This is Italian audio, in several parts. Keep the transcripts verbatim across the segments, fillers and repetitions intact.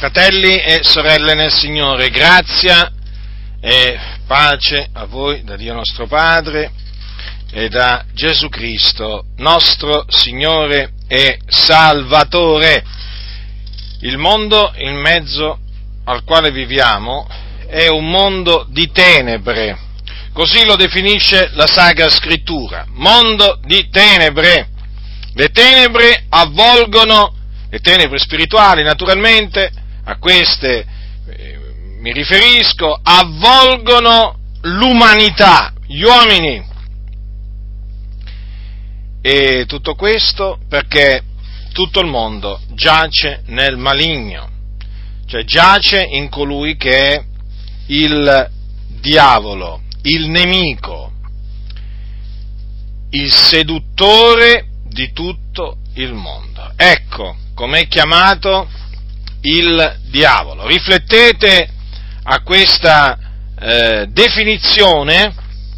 Fratelli e sorelle nel Signore, grazia e pace a voi da Dio nostro Padre e da Gesù Cristo, nostro Signore e Salvatore. Il mondo in mezzo al quale viviamo è un mondo di tenebre, così lo definisce la Sacra Scrittura, mondo di tenebre. Le tenebre avvolgono, le tenebre spirituali naturalmente, a queste eh, mi riferisco, avvolgono l'umanità, gli uomini. E tutto questo perché tutto il mondo giace nel maligno, cioè giace in colui che è il diavolo, il nemico, il seduttore di tutto il mondo. Ecco com'è chiamato il diavolo. Riflettete a questa eh, definizione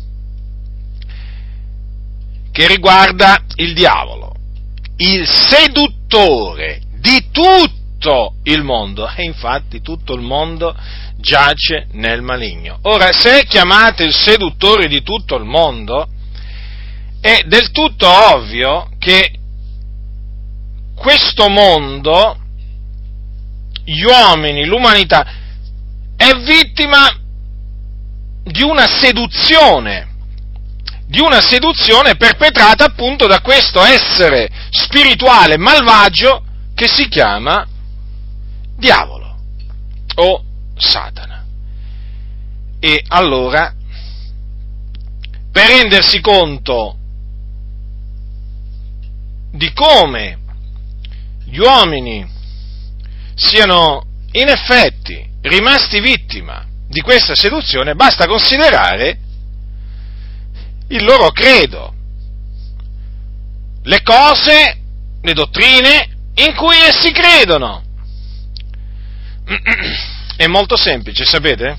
che riguarda il diavolo, il seduttore di tutto il mondo, e infatti tutto il mondo giace nel maligno. Ora, se è chiamato il seduttore di tutto il mondo, è del tutto ovvio che questo mondo, gli uomini, l'umanità, è vittima di una seduzione, di una seduzione perpetrata appunto da questo essere spirituale malvagio che si chiama diavolo o Satana. E allora, per rendersi conto di come gli uomini siano in effetti rimasti vittima di questa seduzione, basta considerare il loro credo, le cose, le dottrine in cui essi credono. È molto semplice, sapete?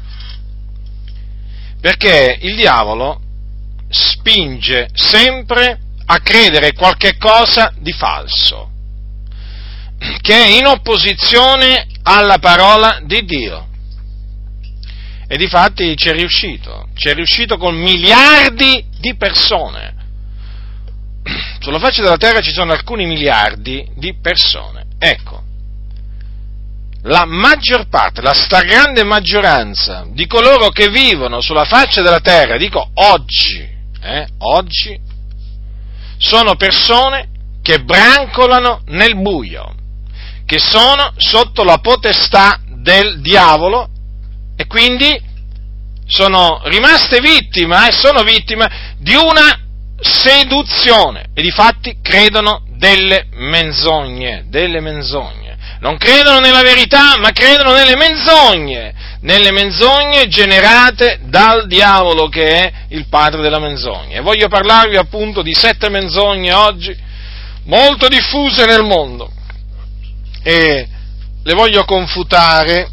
Perché il diavolo spinge sempre a credere qualche cosa di falso, che è in opposizione alla parola di Dio. E difatti ci è riuscito, ci è riuscito con miliardi di persone. Sulla faccia della terra ci sono alcuni miliardi di persone. Ecco, la maggior parte, la stragrande maggioranza di coloro che vivono sulla faccia della terra, dico oggi, eh, oggi, sono persone che brancolano nel buio, che sono sotto la potestà del diavolo e quindi sono rimaste vittime, e eh, sono vittime di una seduzione e difatti credono delle menzogne, delle menzogne. Non credono nella verità, ma credono nelle menzogne, nelle menzogne generate dal diavolo che è il padre della menzogna. E voglio parlarvi appunto di sette menzogne oggi molto diffuse nel mondo e le voglio confutare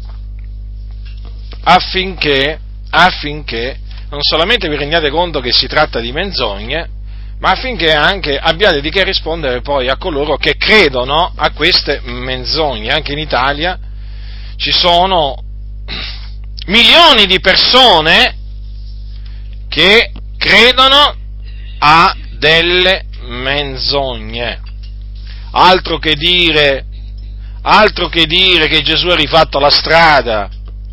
affinché, affinché non solamente vi rendiate conto che si tratta di menzogne, ma affinché anche abbiate di che rispondere poi a coloro che credono a queste menzogne. Anche in Italia ci sono milioni di persone che credono a delle menzogne. Altro che dire, altro che dire che Gesù ha rifatto la strada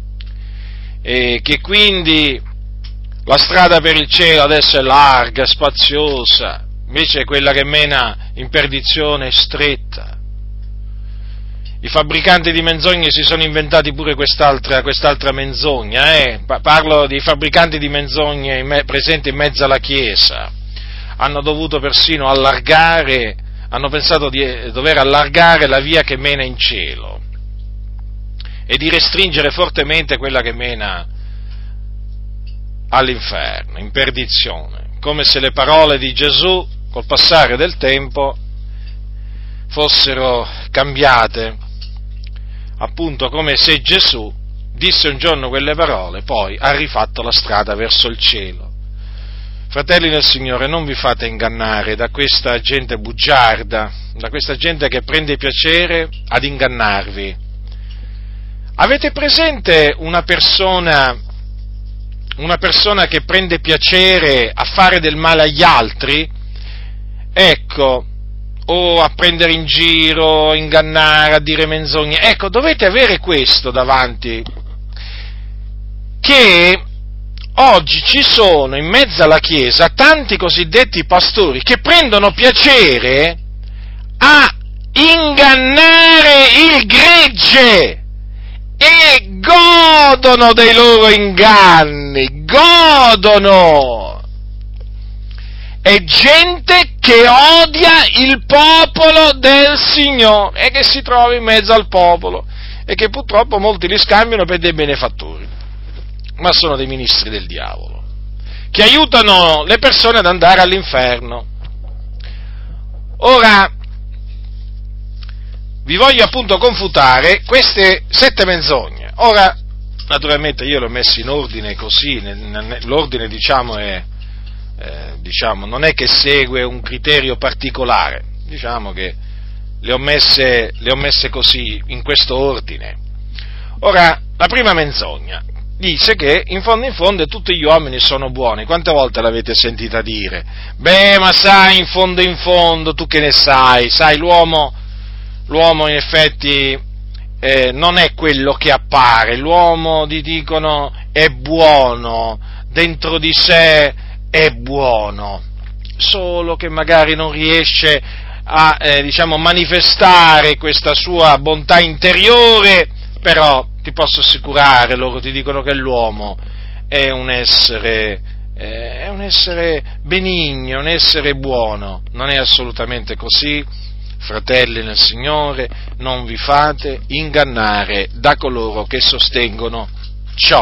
e che quindi la strada per il cielo adesso è larga, spaziosa, invece quella che mena in perdizione è stretta. I fabbricanti di menzogne si sono inventati pure quest'altra, quest'altra menzogna, eh? Parlo di fabbricanti di menzogne in me, presenti in mezzo alla Chiesa. Hanno dovuto persino allargare, hanno pensato di dover allargare la via che mena in cielo e di restringere fortemente quella che mena all'inferno, in perdizione, come se le parole di Gesù, col passare del tempo, fossero cambiate, appunto come se Gesù disse un giorno quelle parole, poi ha rifatto la strada verso il cielo. Fratelli del Signore, non vi fate ingannare da questa gente bugiarda, da questa gente che prende piacere ad ingannarvi. Avete presente una persona, una persona che prende piacere a fare del male agli altri? Ecco, o a prendere in giro, ingannare, a dire menzogne. Ecco, dovete avere questo davanti, che oggi ci sono in mezzo alla Chiesa tanti cosiddetti pastori che prendono piacere a ingannare il gregge e godono dei loro inganni, godono. È gente che odia il popolo del Signore e che si trova in mezzo al popolo e che purtroppo molti li scambiano per dei benefattori, ma sono dei ministri del diavolo che aiutano le persone ad andare all'inferno. Ora, vi voglio appunto confutare queste sette menzogne. Ora, naturalmente io le ho messe in ordine così, l'ordine diciamo è, eh, diciamo, non è che segue un criterio particolare, diciamo che le ho messe, le ho messe così, in questo ordine. Ora, la prima menzogna dice che in fondo in fondo tutti gli uomini sono buoni. Quante volte l'avete sentita dire? Beh, ma sai, in fondo in fondo, tu che ne sai? Sai, l'uomo, l'uomo in effetti eh, non è quello che appare, l'uomo, ti dicono, è buono, dentro di sé è buono, solo che magari non riesce a, eh, diciamo, manifestare questa sua bontà interiore, però ti posso assicurare, loro ti dicono che l'uomo è un essere, eh, è un essere benigno, un essere buono. Non è assolutamente così, fratelli nel Signore, non vi fate ingannare da coloro che sostengono ciò,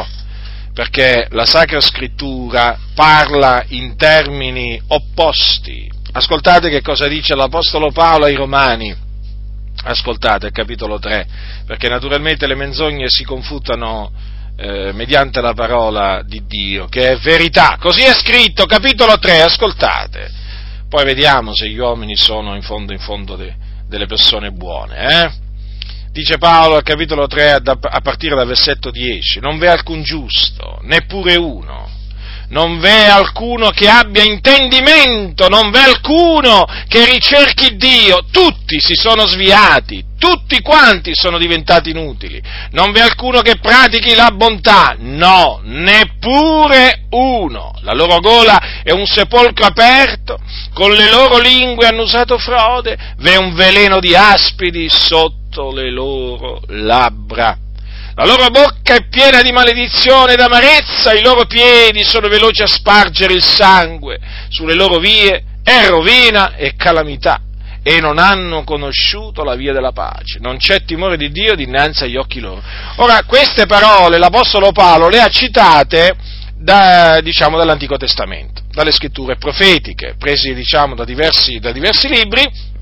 perché la Sacra Scrittura parla in termini opposti. Ascoltate che cosa dice l'Apostolo Paolo ai Romani. Ascoltate il capitolo tre, perché naturalmente le menzogne si confutano eh, mediante la parola di Dio, che è verità. Così è scritto, capitolo tre, ascoltate. Poi vediamo se gli uomini sono in fondo in fondo de, delle persone buone. Eh? Dice Paolo al capitolo tre, a partire dal versetto dieci, non v'è alcun giusto, neppure uno. Non v'è alcuno che abbia intendimento, non v'è alcuno che ricerchi Dio, tutti si sono sviati, tutti quanti sono diventati inutili, non v'è alcuno che pratichi la bontà, no, neppure uno. La loro gola è un sepolcro aperto, con le loro lingue hanno usato frode, v'è un veleno di aspidi sotto le loro labbra. La loro bocca è piena di maledizione ed amarezza, i loro piedi sono veloci a spargere il sangue, sulle loro vie è rovina e calamità, e non hanno conosciuto la via della pace, non c'è timore di Dio dinanzi agli occhi loro. Ora, queste parole l'Apostolo Paolo le ha citate da, diciamo, dall'Antico Testamento, dalle scritture profetiche, presi, diciamo, da diversi, da diversi libri,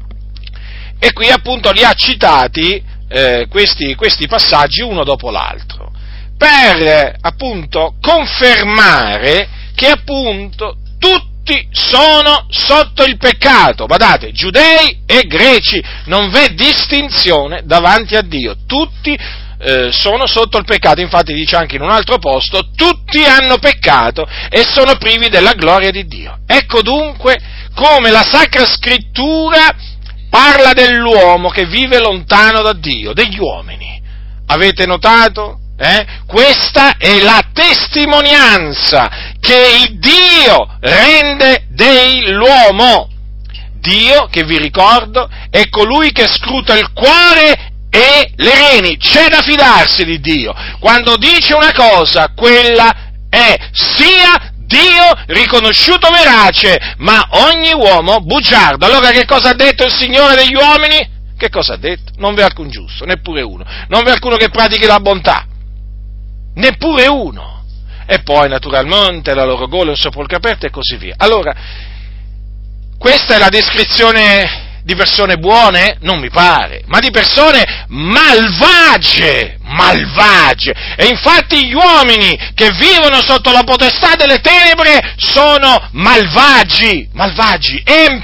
e qui appunto li ha citati Eh, questi, questi passaggi uno dopo l'altro, per eh, appunto confermare che appunto tutti sono sotto il peccato. Badate, giudei e greci, non v'è distinzione davanti a Dio, tutti eh, sono sotto il peccato. Infatti dice anche in un altro posto, tutti hanno peccato e sono privi della gloria di Dio. Ecco dunque come la Sacra Scrittura parla dell'uomo che vive lontano da Dio, degli uomini. Avete notato? Eh? Questa è la testimonianza che il Dio rende dell'uomo. Dio, che vi ricordo, è colui che scruta il cuore e le reni. C'è da fidarsi di Dio. Quando dice una cosa, quella è, sia Dio riconosciuto verace, ma ogni uomo bugiardo. Allora che cosa ha detto il Signore degli uomini? Che cosa ha detto? Non v'è alcun giusto, neppure uno. Non v'è alcuno che pratichi la bontà, neppure uno. E poi naturalmente la loro gola è un sepolcro aperto e così via. Allora, questa è la descrizione di persone buone? Non mi pare, ma di persone malvagie, malvagie. E infatti gli uomini che vivono sotto la potestà delle tenebre sono malvagi, malvagi, empi,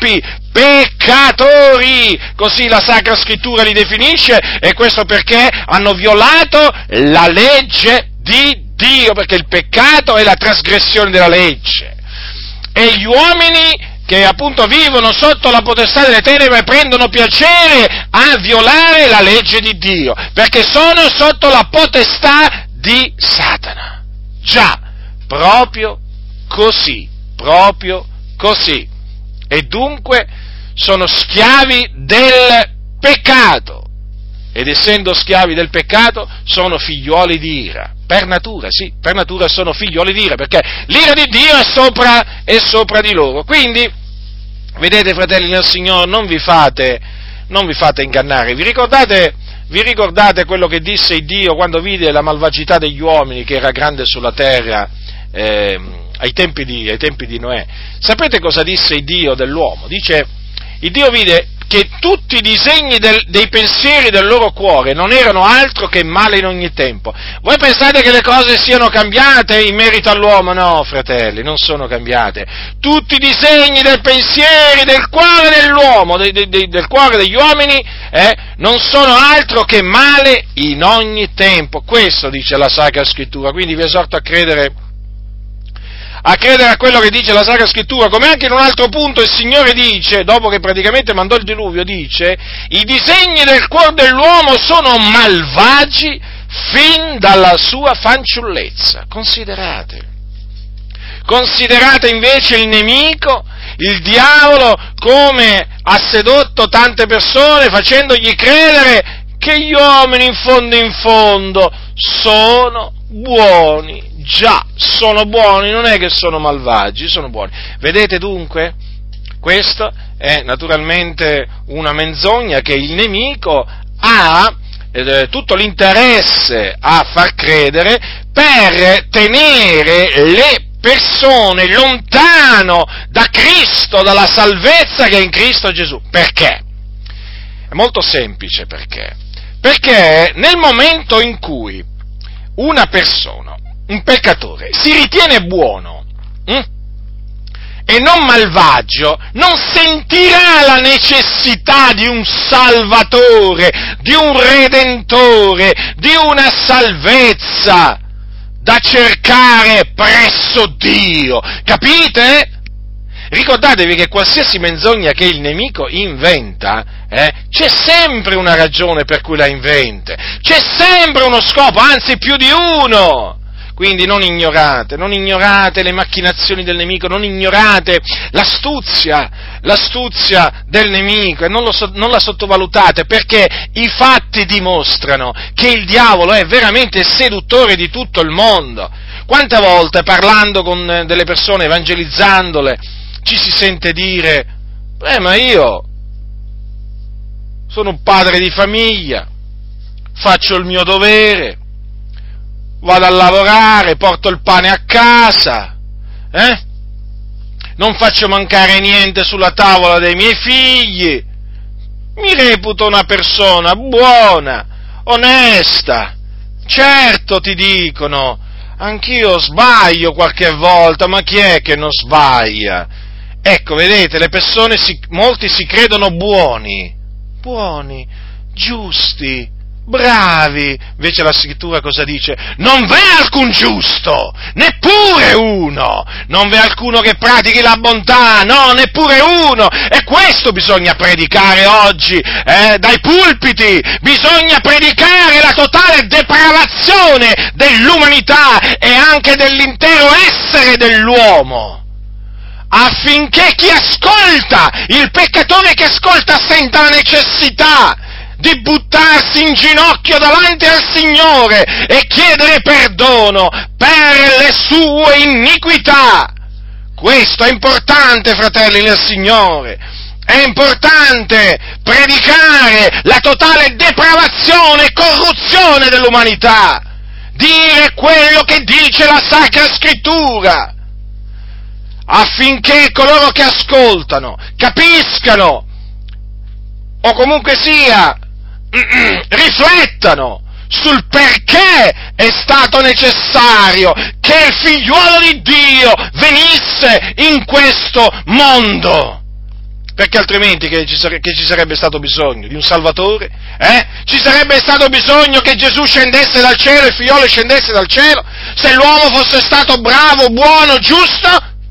peccatori, così la Sacra Scrittura li definisce, e questo perché hanno violato la legge di Dio, perché il peccato è la trasgressione della legge. E gli uomini che appunto vivono sotto la potestà delle tenebre prendono piacere a violare la legge di Dio, perché sono sotto la potestà di Satana. Già, proprio così, proprio così. E dunque sono schiavi del peccato, ed essendo schiavi del peccato sono figliuoli di ira. Per natura, sì, per natura sono figliuoli di ira, perché l'ira di Dio è sopra, è sopra di loro. Quindi, vedete, fratelli nel Signore, non vi fate, non vi fate ingannare. Vi ricordate, vi ricordate quello che disse Dio quando vide la malvagità degli uomini, che era grande sulla terra, eh, ai tempi di, ai tempi di Noè? Sapete cosa disse Dio dell'uomo? Dice, il Dio vide che tutti i disegni del, dei pensieri del loro cuore non erano altro che male in ogni tempo. Voi pensate che le cose siano cambiate in merito all'uomo? No, fratelli, non sono cambiate. Tutti i disegni dei pensieri del cuore dell'uomo, de, de, de, del cuore degli uomini, eh, non sono altro che male in ogni tempo. Questo dice la Sacra Scrittura, quindi vi esorto a credere a credere a quello che dice la Sacra Scrittura, come anche in un altro punto il Signore dice, dopo che praticamente mandò il diluvio, dice: i disegni del cuore dell'uomo sono malvagi fin dalla sua fanciullezza. Considerate, considerate invece il nemico, il diavolo, come ha sedotto tante persone facendogli credere che gli uomini in fondo in fondo sono buoni. Già, sono buoni, non è che sono malvagi, sono buoni. Vedete dunque? Questo è naturalmente una menzogna che il nemico ha eh, tutto l'interesse a far credere per tenere le persone lontano da Cristo, dalla salvezza che è in Cristo Gesù. Perché? È molto semplice perché. Perché nel momento in cui una persona, un peccatore, si ritiene buono hm? e non malvagio, non sentirà la necessità di un salvatore, di un redentore, di una salvezza da cercare presso Dio. Capite? Ricordatevi che qualsiasi menzogna che il nemico inventa, eh, c'è sempre una ragione per cui la inventa, c'è sempre uno scopo, anzi più di uno. Quindi non ignorate, non ignorate le macchinazioni del nemico, non ignorate l'astuzia, l'astuzia del nemico, e non, lo, non la sottovalutate, perché i fatti dimostrano che il diavolo è veramente il seduttore di tutto il mondo. Quante volte, parlando con delle persone, evangelizzandole, ci si sente dire: eh, ma io sono un padre di famiglia, faccio il mio dovere, vado a lavorare, porto il pane a casa, eh? non faccio mancare niente sulla tavola dei miei figli, mi reputo una persona buona, onesta. Certo, ti dicono, anch'io sbaglio qualche volta, ma chi è che non sbaglia? Ecco, vedete, le persone, si, molti si credono buoni, buoni, giusti, bravi. Invece la Scrittura cosa dice? Non v'è alcun giusto, neppure uno, non v'è alcuno che pratichi la bontà, no, neppure uno. E questo bisogna predicare oggi, eh, dai pulpiti, bisogna predicare la totale depravazione dell'umanità e anche dell'intero essere dell'uomo, affinché chi ascolta, il peccatore che ascolta, senta la necessità di buttarsi in ginocchio davanti al Signore e chiedere perdono per le sue iniquità. Questo è importante, fratelli nel Signore. È importante predicare la totale depravazione e corruzione dell'umanità, dire quello che dice la Sacra Scrittura, affinché coloro che ascoltano capiscano, o comunque sia, riflettano sul perché è stato necessario che il figliuolo di Dio venisse in questo mondo. Perché altrimenti che ci, sare- che ci sarebbe stato bisogno di un Salvatore? Eh? Ci sarebbe stato bisogno che Gesù scendesse dal cielo, il figliolo scendesse dal cielo, se l'uomo fosse stato bravo, buono, giusto?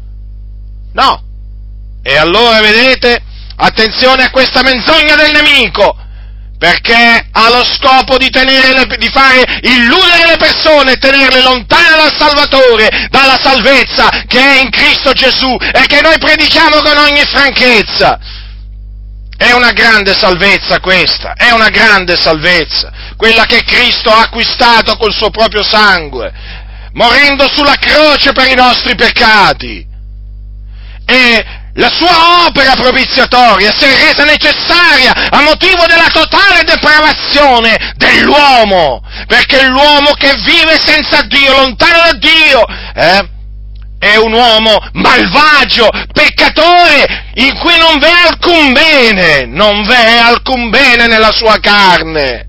No. E allora, vedete, attenzione a questa menzogna del nemico, perché ha lo scopo di, tenere le, di fare illudere le persone e tenerle lontane dal Salvatore, dalla salvezza che è in Cristo Gesù e che noi predichiamo con ogni franchezza. È una grande salvezza questa, è una grande salvezza, quella che Cristo ha acquistato col suo proprio sangue, morendo sulla croce per i nostri peccati. E la sua opera propiziatoria si è resa necessaria a motivo della totale depravazione dell'uomo, perché l'uomo che vive senza Dio, lontano da Dio, eh, è un uomo malvagio, peccatore, in cui non v'è alcun bene, non v'è alcun bene nella sua carne.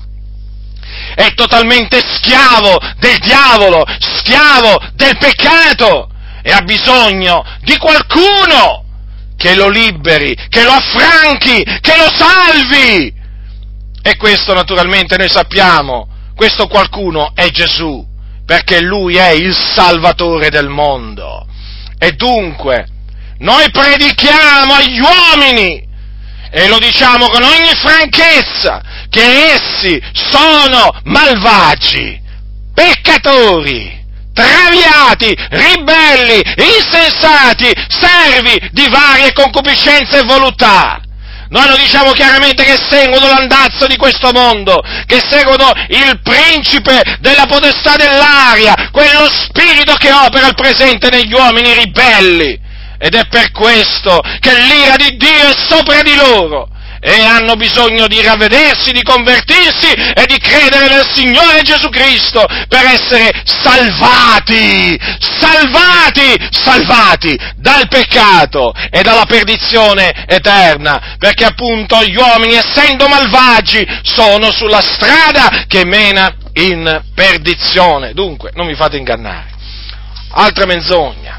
È totalmente schiavo del diavolo, schiavo del peccato, e ha bisogno di qualcuno che lo liberi, che lo affranchi, che lo salvi. E questo naturalmente noi sappiamo, questo qualcuno è Gesù, perché Lui è il Salvatore del mondo. E dunque, noi predichiamo agli uomini, e lo diciamo con ogni franchezza, che essi sono malvagi, peccatori, traviati, ribelli, insensati, servi di varie concupiscenze e voluttà. Noi lo diciamo chiaramente che seguono l'andazzo di questo mondo, che seguono il principe della potestà dell'aria, quello spirito che opera al presente negli uomini ribelli. Ed è per questo che l'ira di Dio è sopra di loro. E hanno bisogno di ravvedersi, di convertirsi e di credere nel Signore Gesù Cristo per essere salvati, salvati, salvati dal peccato e dalla perdizione eterna, perché appunto gli uomini, essendo malvagi, sono sulla strada che mena in perdizione. Dunque, non vi fate ingannare. Altra menzogna.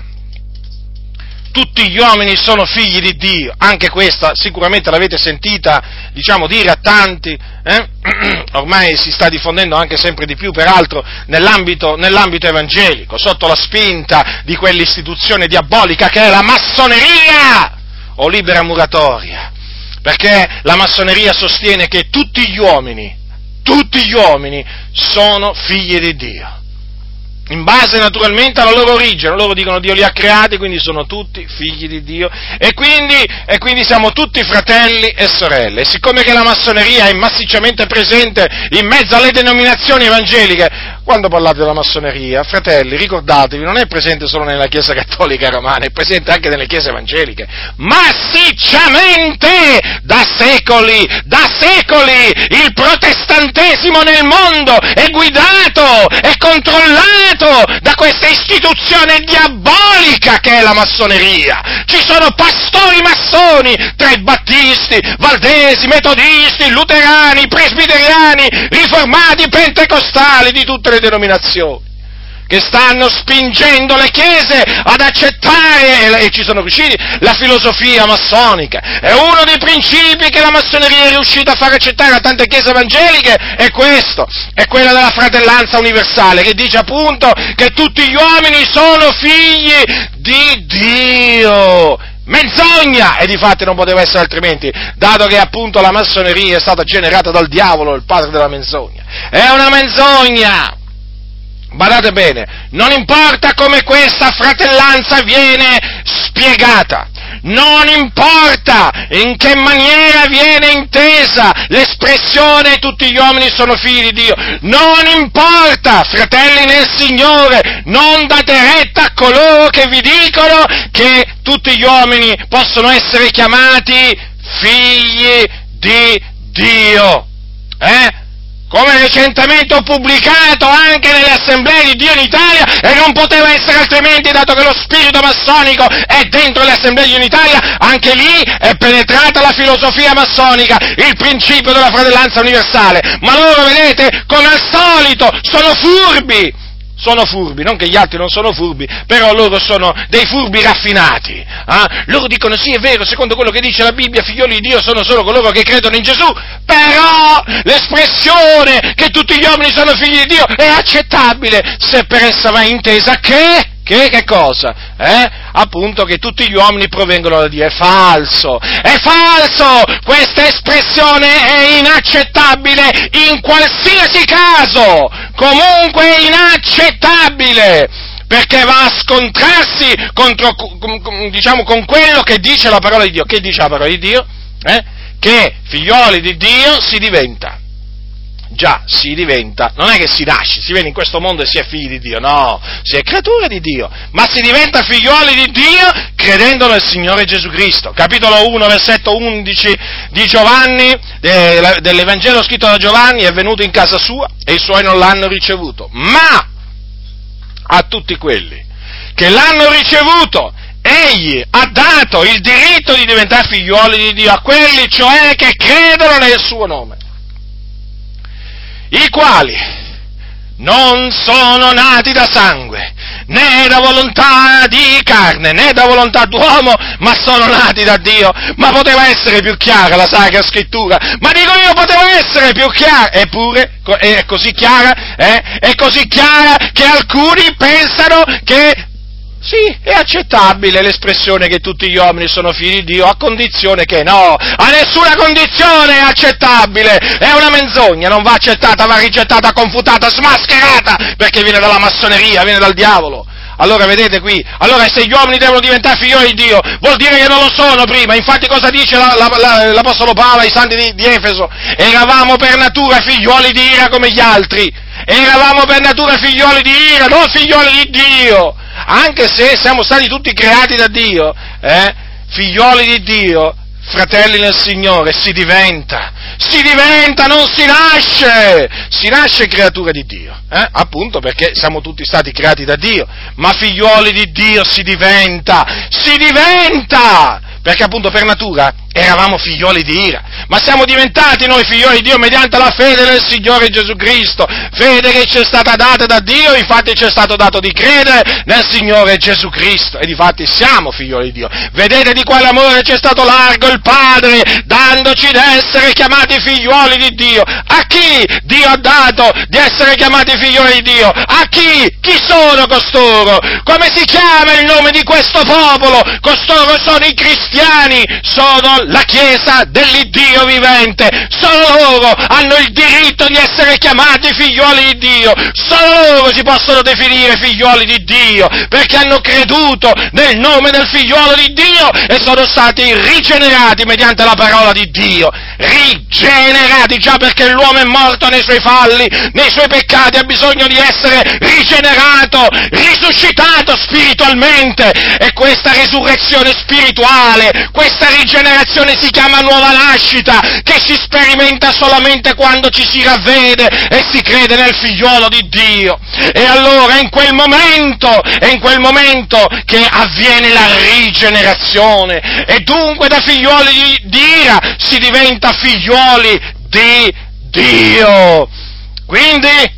Tutti gli uomini sono figli di Dio, anche questa sicuramente l'avete sentita, diciamo, dire a tanti, eh? Ormai si sta diffondendo anche sempre di più, peraltro, nell'ambito, nell'ambito evangelico, sotto la spinta di quell'istituzione diabolica che è la massoneria, o libera muratoria, perché la massoneria sostiene che tutti gli uomini, tutti gli uomini sono figli di Dio. In base naturalmente alla loro origine, loro dicono Dio li ha creati, quindi sono tutti figli di Dio, e quindi, e quindi siamo tutti fratelli e sorelle. E siccome che la massoneria è massicciamente presente in mezzo alle denominazioni evangeliche, quando parlate della massoneria, fratelli, ricordatevi, non è presente solo nella Chiesa Cattolica Romana, è presente anche nelle Chiese evangeliche, massicciamente, da secoli, da secoli, il protestantesimo nel mondo è guidato, è controllato da questa istituzione diabolica che è la massoneria. Ci sono pastori massoni tra i battisti, valdesi, metodisti, luterani, presbiteriani, riformati, pentecostali, di tutte le denominazioni, che stanno spingendo le chiese ad accettare, e ci sono riusciti, la filosofia massonica. E uno dei principi che la massoneria è riuscita a far accettare a tante chiese evangeliche è questo, è quella della fratellanza universale, che dice appunto che tutti gli uomini sono figli di Dio. Menzogna! E difatti non poteva essere altrimenti, dato che appunto la massoneria è stata generata dal diavolo, il padre della menzogna. È una menzogna! Badate bene, non importa come questa fratellanza viene spiegata, non importa in che maniera viene intesa l'espressione tutti gli uomini sono figli di Dio, non importa, fratelli nel Signore, non date retta a coloro che vi dicono che tutti gli uomini possono essere chiamati figli di Dio, eh? Come recentemente ho pubblicato anche nelle assemblee di Dio in Italia, e non poteva essere altrimenti, dato che lo spirito massonico è dentro le assemblee di Dio in Italia, anche lì è penetrata la filosofia massonica, il principio della fratellanza universale. Ma loro, vedete, come al solito, sono furbi, sono furbi, non che gli altri non sono furbi, però loro sono dei furbi raffinati. Eh? Loro dicono sì, è vero, secondo quello che dice la Bibbia, figlioli di Dio sono solo coloro che credono in Gesù, però l'espressione che tutti gli uomini sono figli di Dio è accettabile se per essa va intesa che... Che, che cosa? Eh? Appunto che tutti gli uomini provengono da Dio. È falso! È falso! Questa espressione è inaccettabile in qualsiasi caso! Comunque è inaccettabile! Perché va a scontrarsi contro, diciamo, con quello che dice la parola di Dio. Che dice la parola di Dio? Eh? Che figlioli di Dio si diventa. Già, si diventa, non è che si nasce, si viene in questo mondo e si è figli di Dio, no, si è creatura di Dio, ma si diventa figlioli di Dio credendo nel Signore Gesù Cristo. Capitolo uno, versetto undici di Giovanni, dell'Evangelo scritto da Giovanni, è venuto in casa sua e i suoi non l'hanno ricevuto, ma a tutti quelli che l'hanno ricevuto, egli ha dato il diritto di diventare figlioli di Dio, a quelli cioè che credono nel suo nome, i quali non sono nati da sangue, né da volontà di carne, né da volontà d'uomo, ma sono nati da Dio. Ma poteva essere più chiara la Sacra Scrittura? Ma dico io, poteva essere più chiara? Eppure, è così chiara, eh? È così chiara che alcuni pensano che sì, è accettabile l'espressione che tutti gli uomini sono figli di Dio, a condizione che no, a nessuna condizione è accettabile, è una menzogna, non va accettata, va rigettata, confutata, smascherata, perché viene dalla massoneria, viene dal diavolo. Allora vedete qui, allora se gli uomini devono diventare figlioli di Dio, vuol dire che non lo sono prima. Infatti cosa dice la, la, la, l'Apostolo Paolo ai santi di, di Efeso? Eravamo per natura figlioli di ira come gli altri, eravamo per natura figlioli di ira, non figlioli di Dio. Anche se siamo stati tutti creati da Dio, eh, figlioli di Dio, fratelli nel Signore, si diventa, si diventa, non si nasce, si nasce creatura di Dio, eh, appunto perché siamo tutti stati creati da Dio, ma figlioli di Dio si diventa, si diventa, perché appunto per natura eravamo figlioli di ira, ma siamo diventati noi figlioli di Dio mediante la fede nel Signore Gesù Cristo, fede che ci è stata data da Dio, infatti ci è stato dato di credere nel Signore Gesù Cristo, e difatti siamo figlioli di Dio. Vedete di quale amore ci è stato largo il Padre, dandoci di essere chiamati figlioli di Dio. A chi Dio ha dato di essere chiamati figlioli di Dio? A chi? Chi sono costoro? Come si chiama il nome di questo popolo? Costoro sono i cristiani, sono la Chiesa dell'Iddio vivente, solo loro hanno il diritto di essere chiamati figlioli di Dio, solo loro si possono definire figlioli di Dio, perché hanno creduto nel nome del figliolo di Dio e sono stati rigenerati mediante la parola di Dio, rigenerati, già perché l'uomo è morto nei suoi falli, nei suoi peccati, ha bisogno di essere rigenerato, risuscitato spiritualmente, e questa risurrezione spirituale, questa rigenerazione si chiama nuova nascita, che si sperimenta solamente quando ci si ravvede e si crede nel figliolo di Dio. E allora in quel momento, è in quel momento che avviene la rigenerazione, e dunque da figlioli di, di ira si diventa figlioli di Dio. Quindi,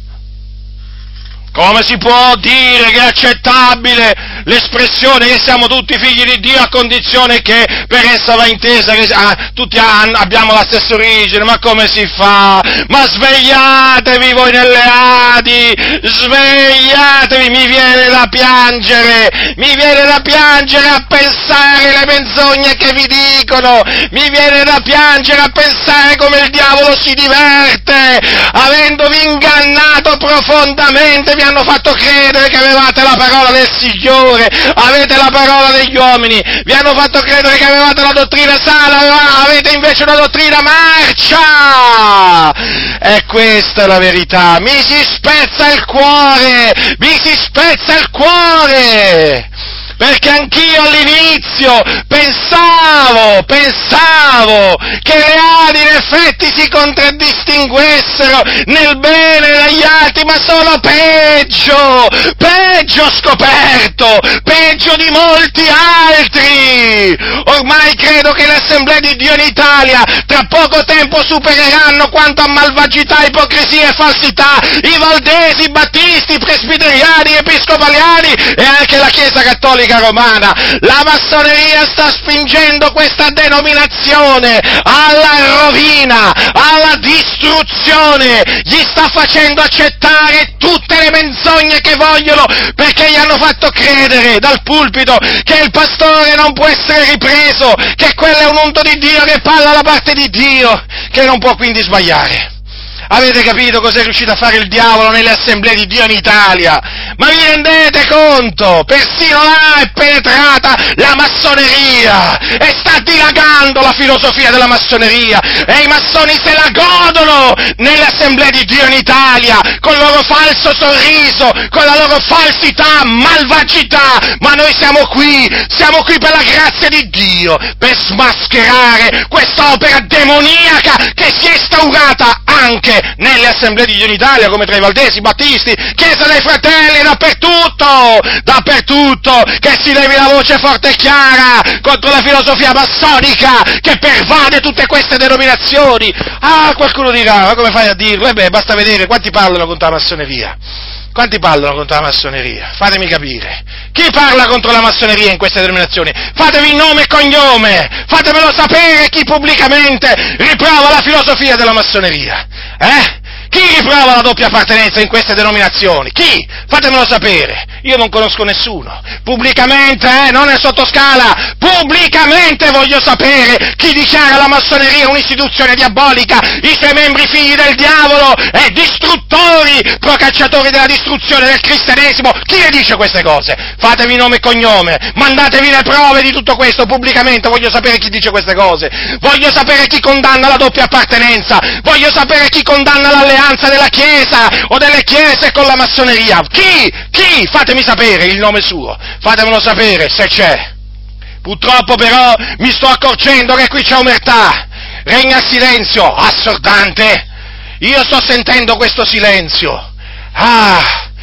come si può dire che è accettabile l'espressione che siamo tutti figli di Dio a condizione che per essa va intesa che ah, tutti hanno, abbiamo la stessa origine? Ma come si fa? Ma svegliatevi voi nelle Adi, svegliatevi, mi viene da piangere, mi viene da piangere a pensare le menzogne che vi dicono, mi viene da piangere a pensare come il diavolo si diverte, avendovi ingannato profondamente, vi hanno fatto credere che avevate la parola del Signore, avete la parola degli uomini, vi hanno fatto credere che avevate la dottrina sana, avete invece una dottrina marcia, e questa è la verità, mi si spezza il cuore, mi si spezza il cuore, perché anch'io all'inizio pensavo, pensavo che le ali in effetti si contraddistinguessero nel bene dagli altri, ma sono peggio, peggio ho scoperto, peggio di molti altri. Ormai credo che le assemblee di Dio in Italia tra poco tempo supereranno quanto a malvagità, ipocrisia e falsità i valdesi, i battisti, i presbiteriani, episcopaliani e anche la Chiesa Cattolica Romana. La massoneria sta spingendo questa denominazione alla rovina, alla distruzione, gli sta facendo accettare tutte le menzogne che vogliono, perché gli hanno fatto credere dal pulpito che il pastore non può essere ripreso, che quello è un unto di Dio che parla da parte di Dio, che non può quindi sbagliare. Avete capito cos'è riuscito a fare il diavolo nelle assemblee di Dio in Italia? Ma vi rendete conto? Persino là è penetrata la massoneria e sta dilagando la filosofia della massoneria e i massoni se la godono nelle assemblee di Dio in Italia con il loro falso sorriso, con la loro falsità, malvagità, ma noi siamo qui, siamo qui per la grazia di Dio, per smascherare quest'opera demoniaca che si è instaurata anche nelle assemblee di Dio in Italia, come tra i valdesi, i battisti, Chiesa dei Fratelli, dappertutto, dappertutto, che si levi la voce forte e chiara contro la filosofia massonica che pervade tutte queste denominazioni. Ah, qualcuno dirà, ma come fai a dirlo? E beh, basta vedere quanti parlano contro la massoneria. Quanti parlano contro la massoneria? Fatemi capire. Chi parla contro la massoneria in queste denominazioni? Fatevi nome e cognome, fatemelo sapere chi pubblicamente riprova la filosofia della massoneria. Eh? Chi riprova la doppia appartenenza in queste denominazioni? Chi? Fatemelo sapere. Io non conosco nessuno. Pubblicamente, eh, non è sottoscala, pubblicamente voglio sapere chi dichiara la massoneria un'istituzione diabolica, i suoi membri figli del diavolo e distruttori, procacciatori della distruzione del cristianesimo. Chi le dice queste cose? Fatevi nome e cognome, mandatevi le prove di tutto questo pubblicamente, voglio sapere chi dice queste cose, voglio sapere chi condanna la doppia appartenenza, voglio sapere chi condanna l'alleanza della Chiesa o delle Chiese con la massoneria. Chi? Chi? Fatemi sapere il nome suo, fatemelo sapere se c'è. Purtroppo però mi sto accorgendo che qui c'è omertà, regna silenzio assordante. Io sto sentendo questo silenzio. Ah,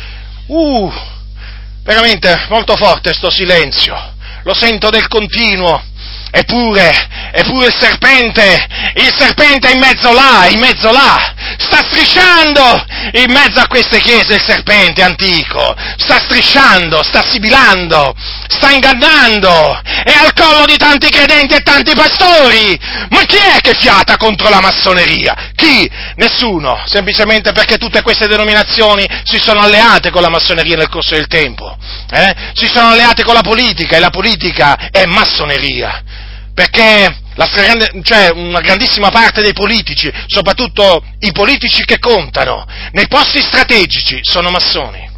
uh, veramente molto forte sto silenzio, lo sento del continuo. Eppure, eppure il serpente, il serpente è in mezzo là, in mezzo là, sta strisciando in mezzo a queste chiese il serpente antico, sta strisciando, sta sibilando, sta ingannando, è al collo di tanti credenti e tanti pastori. Ma chi è che fiata contro la massoneria? Chi? Nessuno, semplicemente perché tutte queste denominazioni si sono alleate con la massoneria nel corso del tempo, eh? Si sono alleate con la politica e la politica è massoneria. Perché la grande, cioè una grandissima parte dei politici, soprattutto i politici che contano nei posti strategici, sono massoni.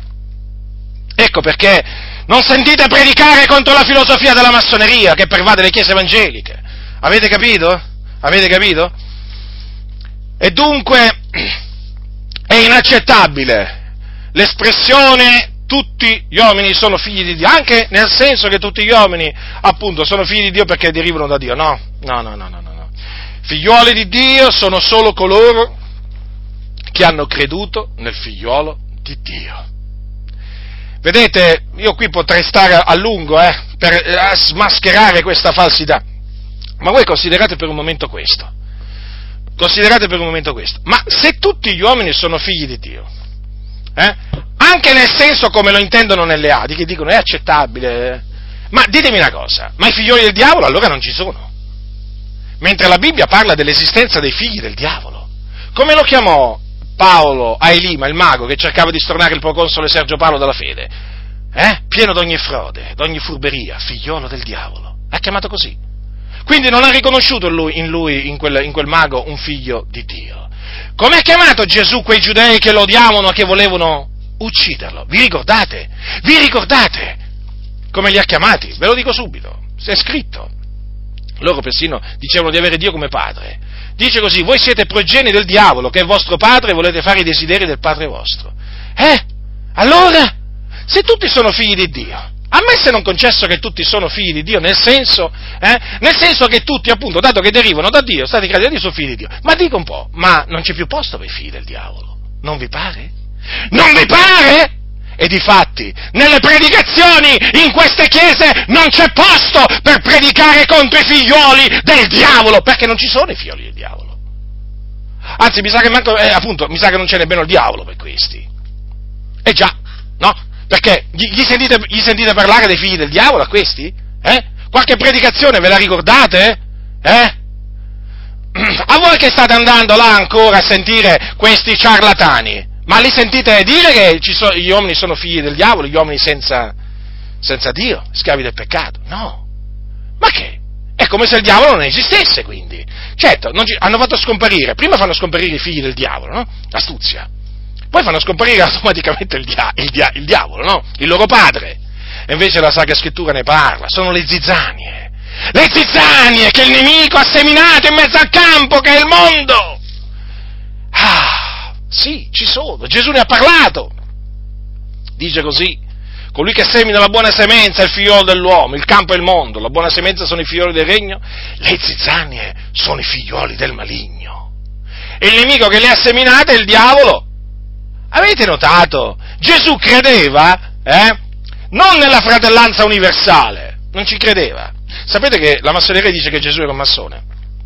Ecco perché non sentite predicare contro la filosofia della massoneria che pervade le chiese evangeliche. Avete capito? Avete capito? E dunque è inaccettabile l'espressione tutti gli uomini sono figli di Dio, anche nel senso che tutti gli uomini, appunto, sono figli di Dio perché derivano da Dio. No, no, no, no, no, no. Figliuoli di Dio sono solo coloro che hanno creduto nel figliuolo di Dio. Vedete, io qui potrei stare a lungo, eh, per eh, smascherare questa falsità, ma voi considerate per un momento questo, considerate per un momento questo, ma se tutti gli uomini sono figli di Dio, eh, anche nel senso come lo intendono nelle Adi, che dicono è accettabile, eh? Ma ditemi una cosa, ma i figlioli del diavolo allora non ci sono? Mentre la Bibbia parla dell'esistenza dei figli del diavolo. Come lo chiamò Paolo a Elima, il mago che cercava di stornare il proconsole Sergio Paolo dalla fede? Eh? Pieno d'ogni frode, d'ogni furberia, figliolo del diavolo. Ha chiamato così. Quindi non ha riconosciuto in lui, in, lui, in, quel, in quel mago, un figlio di Dio. Come ha chiamato Gesù quei giudei che lo odiavano e che volevano ucciderlo? Vi ricordate? Vi ricordate come li ha chiamati? Ve lo dico subito, è scritto. Loro persino dicevano di avere Dio come padre. Dice così: voi siete progenie del diavolo, che è vostro padre, e volete fare i desideri del padre vostro. Eh? Allora? Se tutti sono figli di Dio, a se non concesso che tutti sono figli di Dio, nel senso, eh, nel senso che tutti, appunto, dato che derivano da Dio, stati creati da Dio, sono figli di Dio. Ma dico un po', ma non c'è più posto per i figli del diavolo? Non vi pare? Non vi pare? E difatti, nelle predicazioni in queste chiese non c'è posto per predicare contro i figlioli del diavolo, perché non ci sono i figlioli del diavolo. Anzi, mi sa che manco, eh, appunto, mi sa che non c'è nemmeno il diavolo per questi. Eh già, no? Perché gli, gli, sentite, gli sentite parlare dei figli del diavolo a questi? Eh? Qualche predicazione ve la ricordate? Eh? A voi che state andando là ancora a sentire questi ciarlatani? Ma li sentite dire che ci so, gli uomini sono figli del diavolo, gli uomini senza, senza Dio, schiavi del peccato? No. Ma che? È come se il diavolo non esistesse, quindi. Certo, non ci, hanno fatto scomparire, prima fanno scomparire i figli del diavolo, no? Astuzia. Poi fanno scomparire automaticamente il, dia, il, dia, il diavolo, no? Il loro padre. E invece la Sacra Scrittura ne parla, sono le zizzanie. Le zizzanie che il nemico ha seminato in mezzo al campo, che è il mondo. Ah. Sì, ci sono, Gesù ne ha parlato, dice così: colui che semina la buona semenza è il figliolo dell'uomo, il campo è il mondo, la buona semenza sono i figlioli del regno, le zizzanie sono i figlioli del maligno, e il nemico che le ha seminate è il diavolo. Avete notato? Gesù credeva, eh, non nella fratellanza universale, non ci credeva. Sapete che la massoneria dice che Gesù era un massone?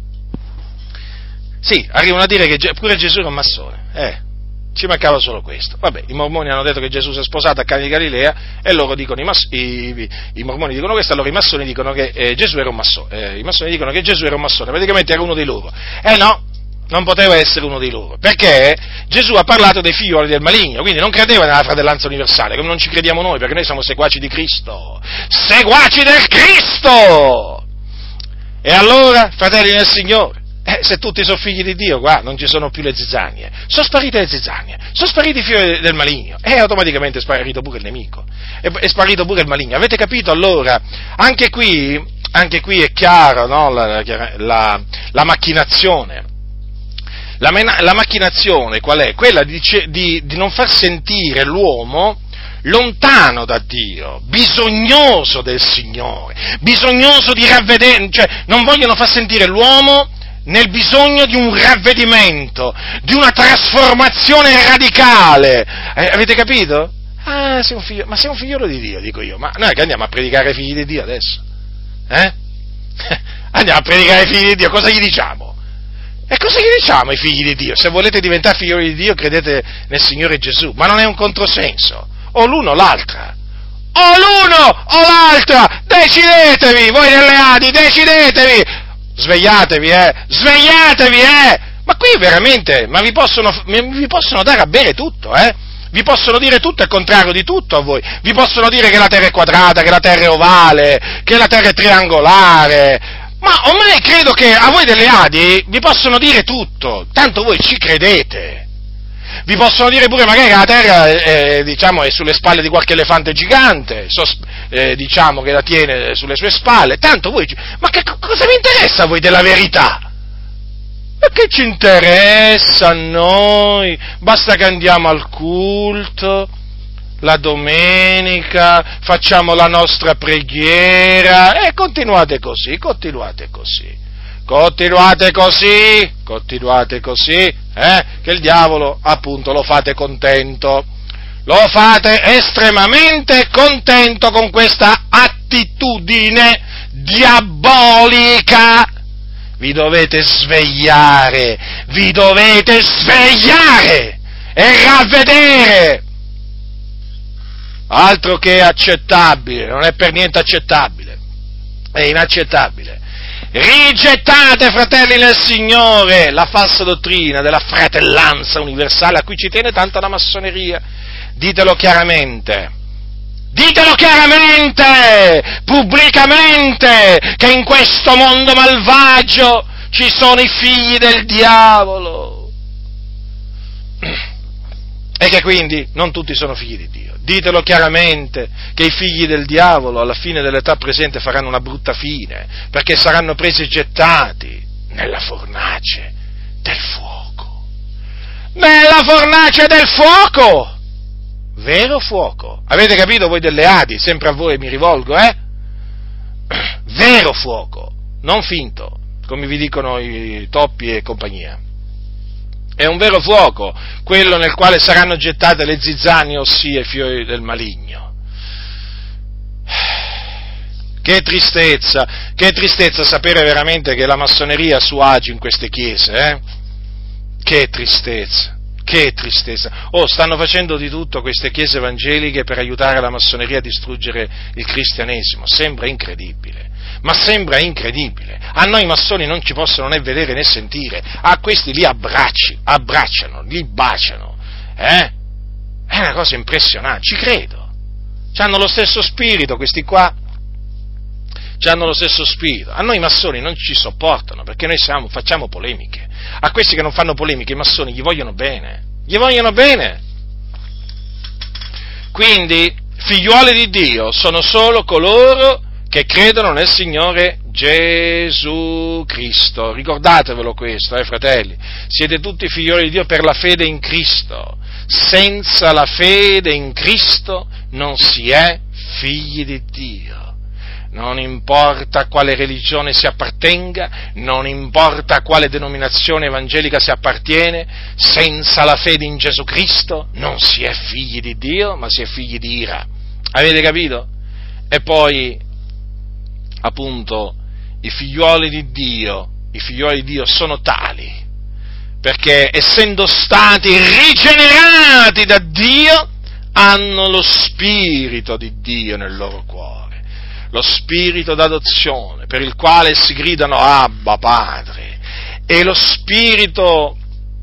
Sì, arrivano a dire che pure Gesù era un massone, eh, ci mancava solo questo. Vabbè, i mormoni hanno detto che Gesù si è sposato a Cana di Galilea, e loro dicono, i, mass- i, i, i mormoni dicono questo, allora i massoni dicono che eh, Gesù era un massone, eh, i massoni dicono che Gesù era un massone, praticamente era uno dei loro. Eh no, non poteva essere uno dei loro, perché Gesù ha parlato dei figlioli del maligno, quindi non credeva nella fratellanza universale, come non ci crediamo noi, perché noi siamo seguaci di Cristo, seguaci del Cristo! E allora, fratelli nel Signore, Eh, se tutti sono figli di Dio, qua non ci sono più le zizzanie, sono sparite le zizzanie, sono spariti i figli del maligno, e automaticamente è sparito pure il nemico, è, è sparito pure il maligno. Avete capito allora? Anche qui, anche qui è chiaro, no? la, la, la macchinazione. La, la macchinazione qual è? Quella di, di, di non far sentire l'uomo lontano da Dio, bisognoso del Signore, bisognoso di ravvedere, cioè non vogliono far sentire l'uomo nel bisogno di un ravvedimento, di una trasformazione radicale. Eh, avete capito? Ah, sei un figlio, ma sei un figliolo di Dio, dico io. Ma noi che andiamo a predicare ai figli di Dio adesso? Eh? Andiamo a predicare ai figli di Dio, cosa gli diciamo? E cosa gli diciamo ai figli di Dio? Se volete diventare figlioli di Dio, credete nel Signore Gesù, ma non è un controsenso, o l'uno o l'altra. O l'uno o l'altra, decidetevi, voi delle Adi, decidetevi! Svegliatevi, eh! Svegliatevi, eh! Ma qui veramente, ma vi possono, vi possono dare a bere tutto, eh? Vi possono dire tutto e il contrario di tutto a voi. Vi possono dire che la terra è quadrata, che la terra è ovale, che la terra è triangolare. Ma ormai credo che a voi delle Adi vi possono dire tutto, tanto voi ci credete. Vi possono dire pure magari che la terra eh, diciamo, è sulle spalle di qualche elefante gigante, so, eh, diciamo che la tiene sulle sue spalle, tanto voi, ma che cosa vi interessa a voi della verità? Ma che ci interessa a noi? Basta che andiamo al culto, la domenica, facciamo la nostra preghiera e continuate così, continuate così. Continuate così, continuate così, eh, che il diavolo appunto lo fate contento, lo fate estremamente contento con questa attitudine diabolica. Vi dovete svegliare, vi dovete svegliare e ravvedere. Altro che accettabile, non è per niente accettabile, è inaccettabile. Rigettate, fratelli nel Signore, la falsa dottrina della fratellanza universale a cui ci tiene tanto la massoneria. Ditelo chiaramente, ditelo chiaramente, pubblicamente, che in questo mondo malvagio ci sono i figli del diavolo e che quindi non tutti sono figli di Dio. Ditelo chiaramente che i figli del diavolo alla fine dell'età presente faranno una brutta fine, perché saranno presi e gettati nella fornace del fuoco. Nella fornace del fuoco! vero fuoco. Avete capito voi delle Adi? Sempre a voi mi rivolgo, eh? Vero fuoco, non finto, come vi dicono i Toppi e compagnia. È un vero fuoco, quello nel quale saranno gettate le zizzanie, ossia i fiori del maligno. Che tristezza, che tristezza sapere veramente che la massoneria ha suo agio in queste chiese, eh? Che tristezza, che tristezza. Oh, stanno facendo di tutto queste chiese evangeliche per aiutare la massoneria a distruggere il cristianesimo. Sembra incredibile, ma sembra incredibile. A noi massoni non ci possono né vedere né sentire, a questi li abbracci, abbracciano, li baciano, eh? È una cosa impressionante, ci credo. C'hanno lo stesso spirito questi qua. Hanno lo stesso spirito. A noi i massoni non ci sopportano perché noi siamo, facciamo polemiche. A questi che non fanno polemiche i massoni gli vogliono bene, gli vogliono bene. Quindi figliuoli di Dio sono solo coloro che credono nel Signore Gesù Cristo. Ricordatevelo questo, eh fratelli, siete tutti figlioli di Dio per la fede in Cristo. Senza la fede in Cristo non si è figli di Dio. Non importa a quale religione si appartenga, non importa a quale denominazione evangelica si appartiene, senza la fede in Gesù Cristo non si è figli di Dio, ma si è figli di ira. Avete capito? E poi, appunto, i figliuoli di Dio, i figliuoli di Dio sono tali, perché essendo stati rigenerati da Dio, hanno lo Spirito di Dio nel loro cuore. Lo spirito d'adozione, per il quale si gridano Abba Padre, e lo Spirito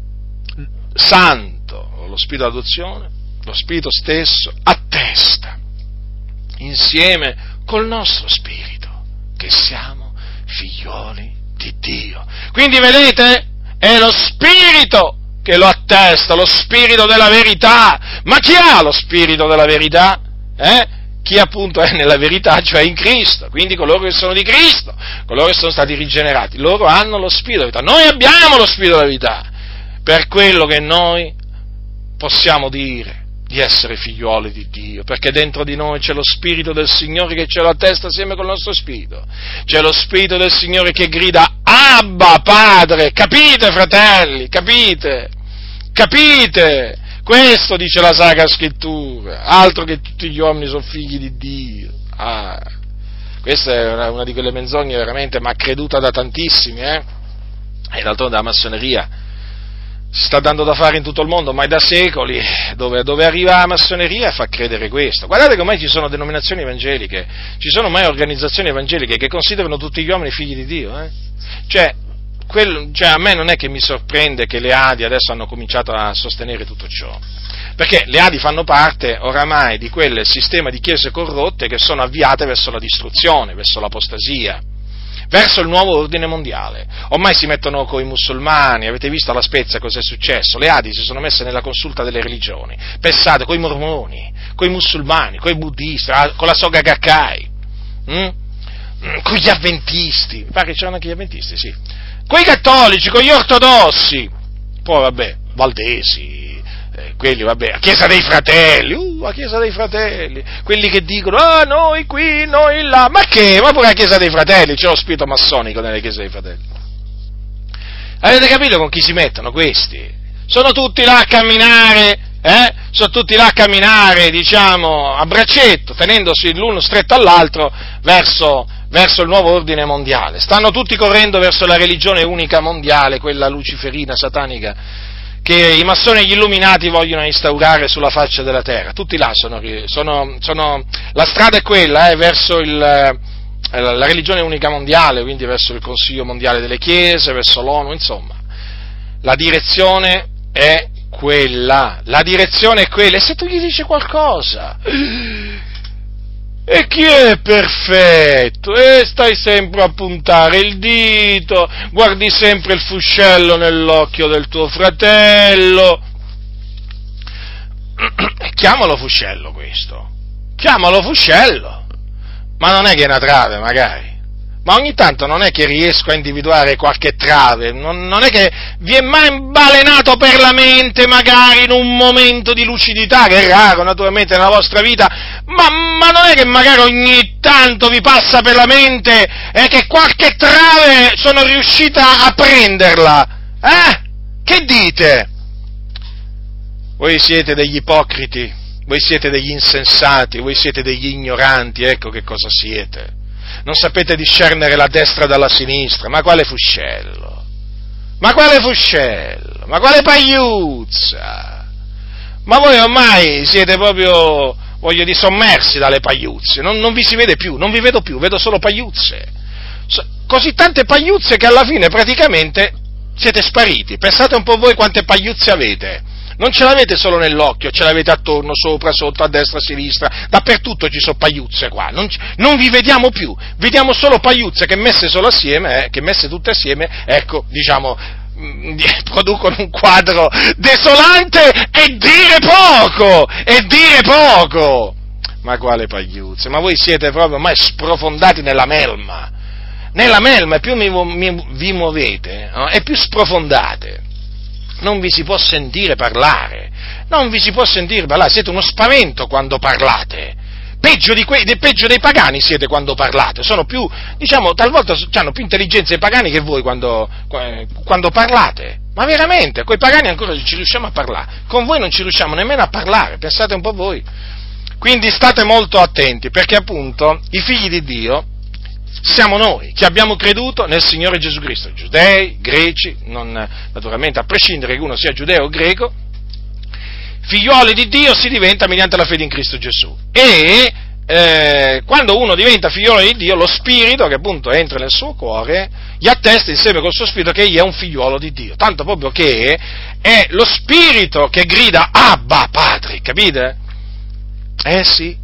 Santo, lo spirito d'adozione, lo Spirito stesso, attesta, insieme col nostro spirito, che siamo figlioli di Dio. Quindi vedete, è lo Spirito che lo attesta, lo Spirito della verità. Ma chi ha lo Spirito della verità? Eh? Chi appunto è nella verità, cioè in Cristo, quindi coloro che sono di Cristo, coloro che sono stati rigenerati, loro hanno lo Spirito della verità, noi abbiamo lo Spirito della verità, per quello che noi possiamo dire di essere figliuoli di Dio, perché dentro di noi c'è lo Spirito del Signore che ce lo attesta assieme col nostro Spirito, c'è lo Spirito del Signore che grida Abba Padre, capite fratelli, capite, capite? Questo dice la Sacra Scrittura, altro che tutti gli uomini sono figli di Dio. Ah, questa è una, una di quelle menzogne veramente, ma creduta da tantissimi, eh? E d'altronde la massoneria si sta dando da fare in tutto il mondo, ormai da secoli, dove, dove arriva la massoneria fa credere questo. Guardate che ormai ci sono denominazioni evangeliche, ci sono ormai organizzazioni evangeliche che considerano tutti gli uomini figli di Dio, eh? Cioè, Quello, cioè a me non è che mi sorprende che le Adi adesso hanno cominciato a sostenere tutto ciò, perché le Adi fanno parte oramai di quel sistema di chiese corrotte che sono avviate verso la distruzione, verso l'apostasia, verso il nuovo ordine mondiale. Ormai si mettono coi musulmani, avete visto alla Spezia cosa è successo? Le Adi si sono messe nella consulta delle religioni, pensate, coi mormoni, coi musulmani, coi buddisti, con la Soga Gakkai, hm? con gli avventisti, mi pare che c'erano anche gli avventisti, sì. Coi cattolici, con gli ortodossi, poi vabbè, valdesi, eh, quelli vabbè, a Chiesa dei Fratelli, uh, a Chiesa dei Fratelli, quelli che dicono, ah, noi qui, noi là, ma che, ma pure a Chiesa dei Fratelli, c'è lo spirito massonico nelle Chiese dei Fratelli. Avete capito con chi si mettono questi? Sono tutti là a camminare, eh, sono tutti là a camminare, diciamo, a braccetto, tenendosi l'uno stretto all'altro verso... verso il nuovo ordine mondiale, stanno tutti correndo verso la religione unica mondiale, quella luciferina, satanica, che i massoni e gli illuminati vogliono instaurare sulla faccia della terra, tutti là sono, sono, sono la strada è quella, eh, verso il, la religione unica mondiale, quindi verso il Consiglio mondiale delle Chiese, verso l'ONU, insomma, la direzione è quella, la direzione è quella, e se tu gli dici qualcosa... E chi è perfetto? E stai sempre a puntare il dito, guardi sempre il fuscello nell'occhio del tuo fratello. Chiamalo fuscello questo, chiamalo fuscello, ma non è che è una trave magari, ma ogni tanto non è che riesco a individuare qualche trave, non, non è che vi è mai balenato per la mente, magari in un momento di lucidità, che è raro naturalmente nella vostra vita, ma, ma non è che magari ogni tanto vi passa per la mente eh, che qualche trave sono riuscita a prenderla, eh? Che dite? Voi siete degli ipocriti, voi siete degli insensati, voi siete degli ignoranti, ecco che cosa siete. Non sapete discernere la destra dalla sinistra, ma quale fuscello? Ma quale fuscello? Ma quale pagliuzza? Ma voi ormai siete proprio, voglio dire, sommersi dalle pagliuzze, non, non vi si vede più, non vi vedo più, vedo solo pagliuzze. So, così tante pagliuzze che alla fine praticamente siete spariti. Pensate un po' voi quante pagliuzze avete. Non ce l'avete solo nell'occhio, ce l'avete attorno, sopra, sotto, a destra, a sinistra, dappertutto ci sono pagliuzze qua, non, non vi vediamo più, vediamo solo pagliuzze che messe solo assieme, eh, che messe tutte assieme, ecco, diciamo, mh, producono un quadro desolante e dire poco, e dire poco! Ma quale pagliuzze? Ma voi siete proprio ormai sprofondati nella melma, nella melma, e più mi, mi, vi muovete, no? E più sprofondate. Non vi si può sentire parlare, non vi si può sentire parlare, siete uno spavento quando parlate, peggio, di que- peggio dei pagani siete quando parlate, sono più, diciamo, talvolta hanno più intelligenza i pagani che voi quando, quando parlate, ma veramente, coi pagani ancora ci riusciamo a parlare, con voi non ci riusciamo nemmeno a parlare, pensate un po' voi, quindi state molto attenti, perché appunto i figli di Dio siamo noi che abbiamo creduto nel Signore Gesù Cristo, giudei, greci, non, naturalmente a prescindere che uno sia giudeo o greco, figliuoli di Dio si diventa mediante la fede in Cristo Gesù. E eh, quando uno diventa figliuolo di Dio, lo Spirito che appunto entra nel suo cuore gli attesta insieme col suo Spirito che egli è un figliuolo di Dio, tanto proprio che è lo Spirito che grida Abba Padre, capite? Eh sì.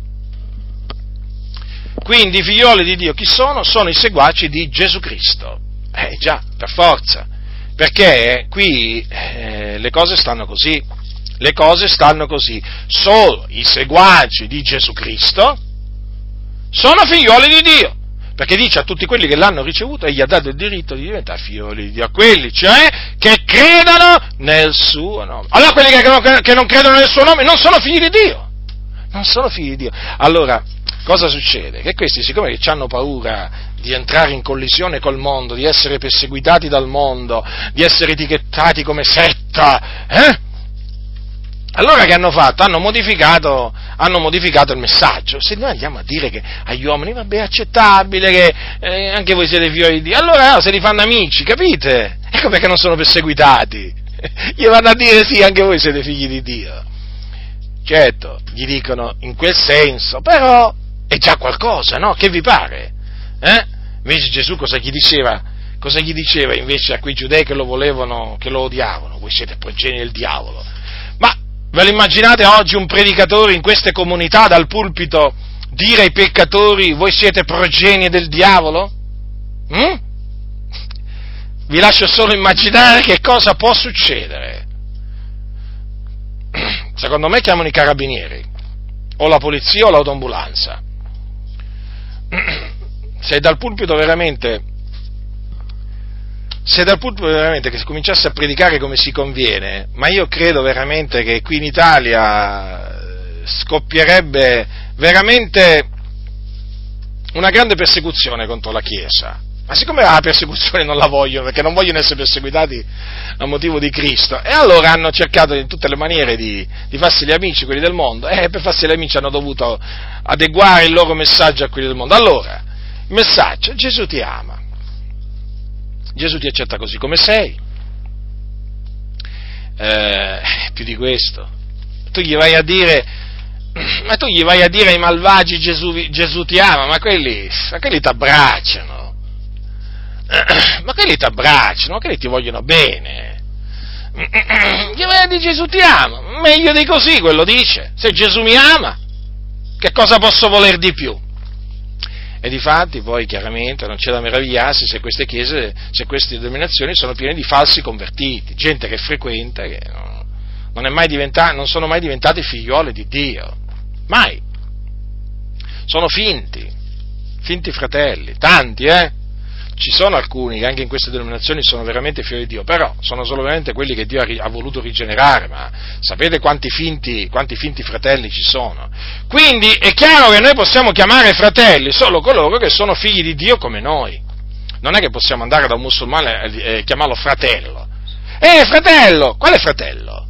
Quindi i figlioli di Dio chi sono? Sono i seguaci di Gesù Cristo. Eh già, per forza, perché qui eh, le cose stanno così, le cose stanno così. Solo i seguaci di Gesù Cristo sono figlioli di Dio, perché dice a tutti quelli che l'hanno ricevuto e gli ha dato il diritto di diventare figlioli di Dio, a quelli cioè che credono nel suo nome. Allora quelli che non, che non credono nel suo nome non sono figli di Dio, non sono figli di Dio. Allora, cosa succede? Che questi, siccome che hanno paura di entrare in collisione col mondo, di essere perseguitati dal mondo, di essere etichettati come setta, eh? Allora che hanno fatto? Hanno modificato, hanno modificato il messaggio. Se noi andiamo a dire che agli uomini, vabbè, è accettabile che eh, anche voi siete figli di Dio, allora no, se li fanno amici, capite? Ecco perché non sono perseguitati. Gli vanno a dire sì, anche voi siete figli di Dio. Certo, gli dicono in quel senso, però è già qualcosa, no? Che vi pare? Eh? Invece Gesù cosa gli diceva? Cosa gli diceva invece a quei giudei che lo volevano, che lo odiavano? Voi siete progenie del diavolo. Ma ve lo immaginate oggi un predicatore in queste comunità dal pulpito dire ai peccatori voi siete progenie del diavolo? Mm? Vi lascio solo immaginare che cosa può succedere. Secondo me chiamano i carabinieri, o la polizia o l'autoambulanza. Se dal pulpito veramente, se dal pulpito veramente che si cominciasse a predicare come si conviene, ma io credo veramente che qui in Italia scoppierebbe veramente una grande persecuzione contro la Chiesa. Ma siccome la persecuzione non la vogliono, perché non vogliono essere perseguitati a motivo di Cristo, e allora hanno cercato in tutte le maniere di, di farsi gli amici, quelli del mondo, e per farsi gli amici hanno dovuto adeguare il loro messaggio a quelli del mondo. Allora, il messaggio, Gesù ti ama, Gesù ti accetta così come sei, eh, più di questo, tu gli vai a dire, ma tu gli vai a dire ai malvagi Gesù, Gesù ti ama, ma quelli, ma quelli ti abbracciano. Ma quelli ti abbracciano, ma quelli ti vogliono bene. Gli vai a dire Gesù ti ama, meglio di così quello dice. Se Gesù mi ama, che cosa posso voler di più? E difatti poi chiaramente non c'è da meravigliarsi se queste chiese, se queste denominazioni sono piene di falsi convertiti, gente che frequenta, che non, è mai diventata, non sono mai diventati figliuoli di Dio, mai. Sono finti, finti fratelli, tanti, eh? ci sono alcuni che anche in queste denominazioni sono veramente figli di Dio, però sono solamente quelli che Dio ha, ri- ha voluto rigenerare, ma sapete quanti finti, quanti finti fratelli ci sono? Quindi è chiaro che noi possiamo chiamare fratelli solo coloro che sono figli di Dio come noi. Non è che possiamo andare da un musulmano e, e chiamarlo fratello. Eh, fratello! Quale fratello?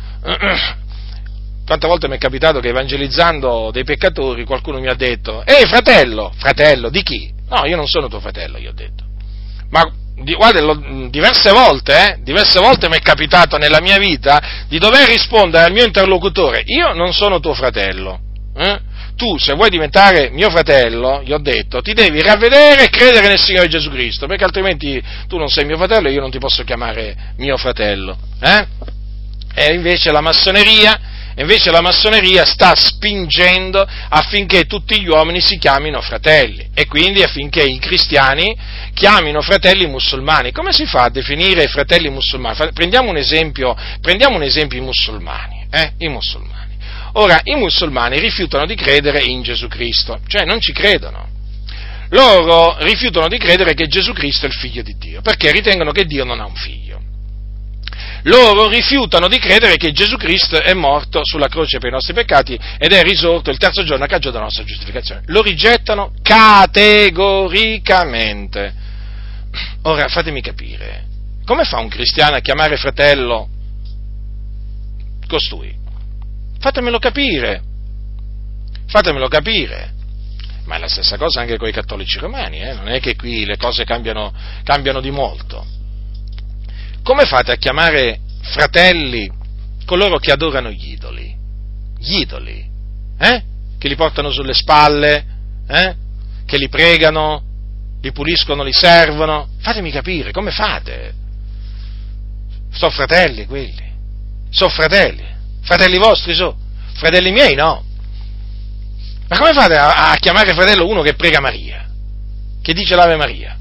Quante volte mi è capitato che evangelizzando dei peccatori qualcuno mi ha detto: ehi fratello, fratello di chi? No, io non sono tuo fratello, gli ho detto. Ma di, guarda, lo, diverse volte, eh, diverse volte mi è capitato nella mia vita di dover rispondere al mio interlocutore: io non sono tuo fratello. Eh? Tu, se vuoi diventare mio fratello, gli ho detto, ti devi ravvedere e credere nel Signore Gesù Cristo, perché altrimenti tu non sei mio fratello e io non ti posso chiamare mio fratello. Eh? E invece la massoneria... Invece la massoneria sta spingendo affinché tutti gli uomini si chiamino fratelli e quindi affinché i cristiani chiamino fratelli musulmani. Come si fa a definire fratelli musulmani? Prendiamo un esempio, prendiamo un esempio i musulmani, eh? I musulmani. Ora, i musulmani rifiutano di credere in Gesù Cristo, cioè non ci credono. Loro rifiutano di credere che Gesù Cristo è il figlio di Dio, perché ritengono che Dio non ha un figlio. Loro rifiutano di credere che Gesù Cristo è morto sulla croce per i nostri peccati ed è risorto il terzo giorno a causa della nostra giustificazione. Lo rigettano categoricamente. Ora, fatemi capire, come fa un cristiano a chiamare fratello costui? Fatemelo capire, fatemelo capire. Ma è la stessa cosa anche con i cattolici romani, eh? Non è che qui le cose cambiano, cambiano di molto. Come fate a chiamare fratelli coloro che adorano gli idoli? Gli idoli, eh? Che li portano sulle spalle, eh? Che li pregano, li puliscono, li servono? Fatemi capire, come fate? Sono fratelli quelli, sono fratelli, fratelli vostri so, fratelli miei no. Ma come fate a, a chiamare fratello uno che prega Maria, che dice l'Ave Maria?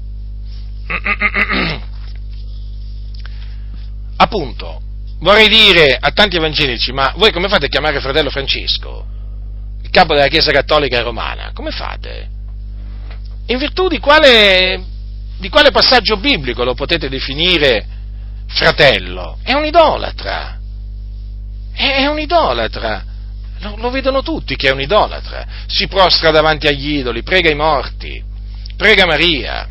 Appunto, vorrei dire a tanti evangelici, ma voi come fate a chiamare fratello Francesco, il capo della Chiesa Cattolica Romana? Come fate? In virtù di quale, di quale passaggio biblico lo potete definire fratello? È un idolatra, è, è un idolatra, lo, lo vedono tutti che è un idolatra, si prostra davanti agli idoli, prega i morti, prega Maria.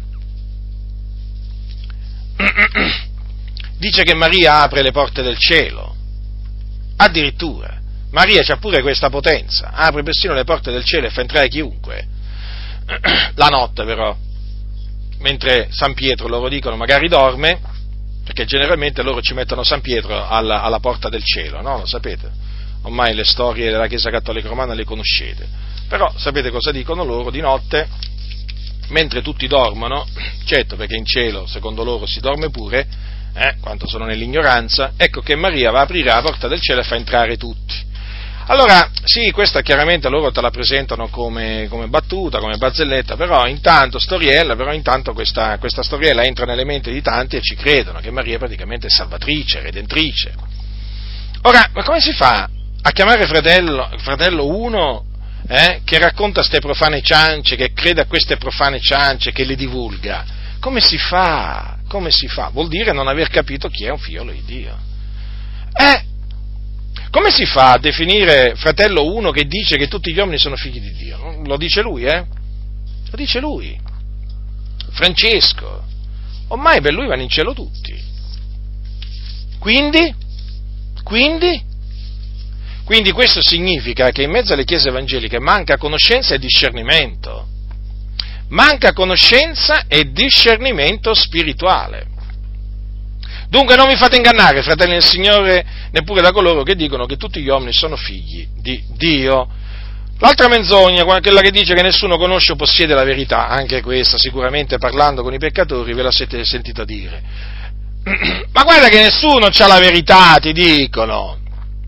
Dice che Maria apre le porte del cielo, addirittura, Maria c'ha pure questa potenza, apre persino le porte del cielo e fa entrare chiunque, la notte però, mentre San Pietro, loro dicono, magari dorme, perché generalmente loro ci mettono San Pietro alla, alla porta del cielo, no? Lo sapete, ormai le storie della Chiesa Cattolica Romana le conoscete, però sapete cosa dicono loro di notte? Mentre tutti dormono, certo perché in cielo secondo loro si dorme pure, Eh, quanto sono nell'ignoranza, ecco che Maria va a aprire la porta del cielo e fa entrare tutti. Allora, sì, questa chiaramente loro te la presentano come, come battuta, come barzelletta, però intanto, storiella, però intanto questa, questa storiella entra nelle menti di tanti e ci credono che Maria praticamente è salvatrice, redentrice. Ora, ma come si fa a chiamare fratello, fratello uno eh, che racconta queste profane ciance, che crede a queste profane ciance, che le divulga? Come si fa? Come si fa? Vuol dire non aver capito chi è un figliolo di Dio. Eh, come si fa a definire fratello uno che dice che tutti gli uomini sono figli di Dio? Lo dice lui, eh? Lo dice lui. Francesco. Ormai per lui vanno in cielo tutti. Quindi? Quindi? Quindi questo significa che in mezzo alle chiese evangeliche manca conoscenza e discernimento. Manca conoscenza e discernimento spirituale. Dunque non vi fate ingannare, fratelli del Signore, neppure da coloro che dicono che tutti gli uomini sono figli di Dio. L'altra menzogna, quella che dice che nessuno conosce o possiede la verità, anche questa sicuramente parlando con i peccatori ve la siete sentito dire. Ma guarda che nessuno c'ha la verità, ti dicono.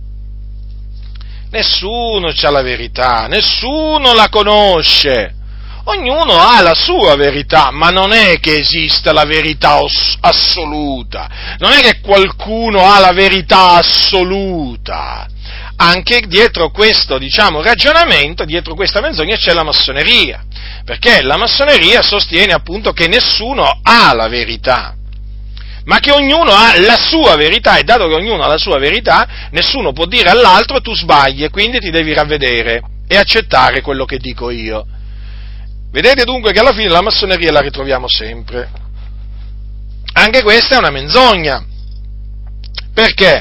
Nessuno c'ha la verità, nessuno la conosce. Ognuno ha la sua verità, ma non è che esista la verità assoluta, non è che qualcuno ha la verità assoluta, anche dietro questo, diciamo, ragionamento, dietro questa menzogna c'è la massoneria, perché la massoneria sostiene appunto che nessuno ha la verità, ma che ognuno ha la sua verità, e dato che ognuno ha la sua verità, nessuno può dire all'altro tu sbagli e quindi ti devi ravvedere e accettare quello che dico io. Vedete dunque che alla fine la massoneria la ritroviamo sempre. Anche questa è una menzogna. Perché?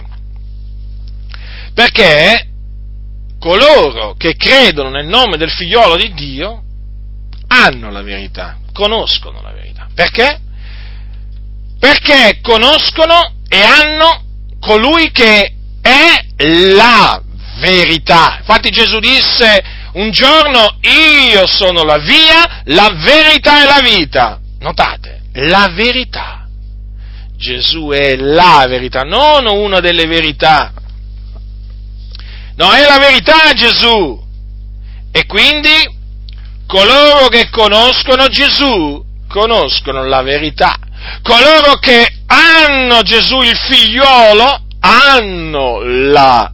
Perché coloro che credono nel nome del figliolo di Dio hanno la verità, conoscono la verità. Perché? Perché conoscono e hanno colui che è la verità. Infatti Gesù disse un giorno: io sono la via, la verità e la vita. Notate, la verità. Gesù è la verità, non una delle verità. No, è la verità Gesù. E quindi coloro che conoscono Gesù conoscono la verità. Coloro che hanno Gesù il figliolo hanno la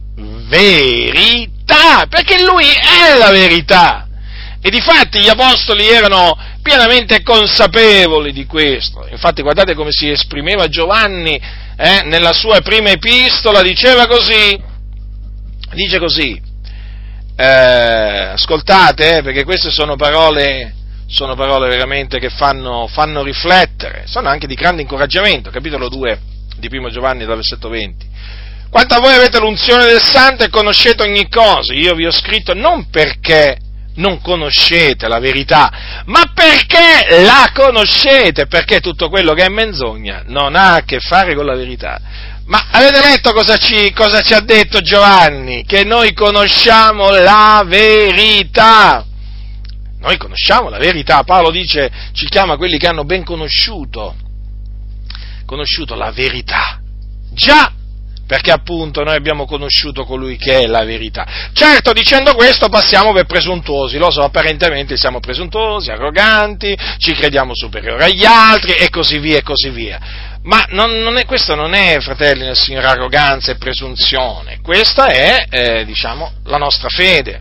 verità, perché Lui è la verità. E difatti gli apostoli erano pienamente consapevoli di questo. Infatti guardate come si esprimeva Giovanni eh, nella sua prima epistola, diceva così, dice così, eh, ascoltate, eh, perché queste sono parole, sono parole veramente che fanno, fanno riflettere, sono anche di grande incoraggiamento, capitolo due di primo Giovanni, dal versetto venti. Quanto a voi avete l'unzione del Santo e conoscete ogni cosa, io vi ho scritto non perché non conoscete la verità, ma perché la conoscete, perché tutto quello che è menzogna non ha a che fare con la verità. Ma avete letto cosa ci, cosa ci ha detto Giovanni? Che noi conosciamo la verità. Noi conosciamo la verità. Paolo dice, ci chiama quelli che hanno ben conosciuto, conosciuto la verità. Già, perché appunto noi abbiamo conosciuto colui che è la verità. Certo, dicendo questo passiamo per presuntuosi, lo so, apparentemente siamo presuntuosi, arroganti, ci crediamo superiori agli altri e così via e così via. Ma non, non è, questo non è, fratelli nel Signore, arroganza e presunzione, questa è, eh, diciamo, la nostra fede.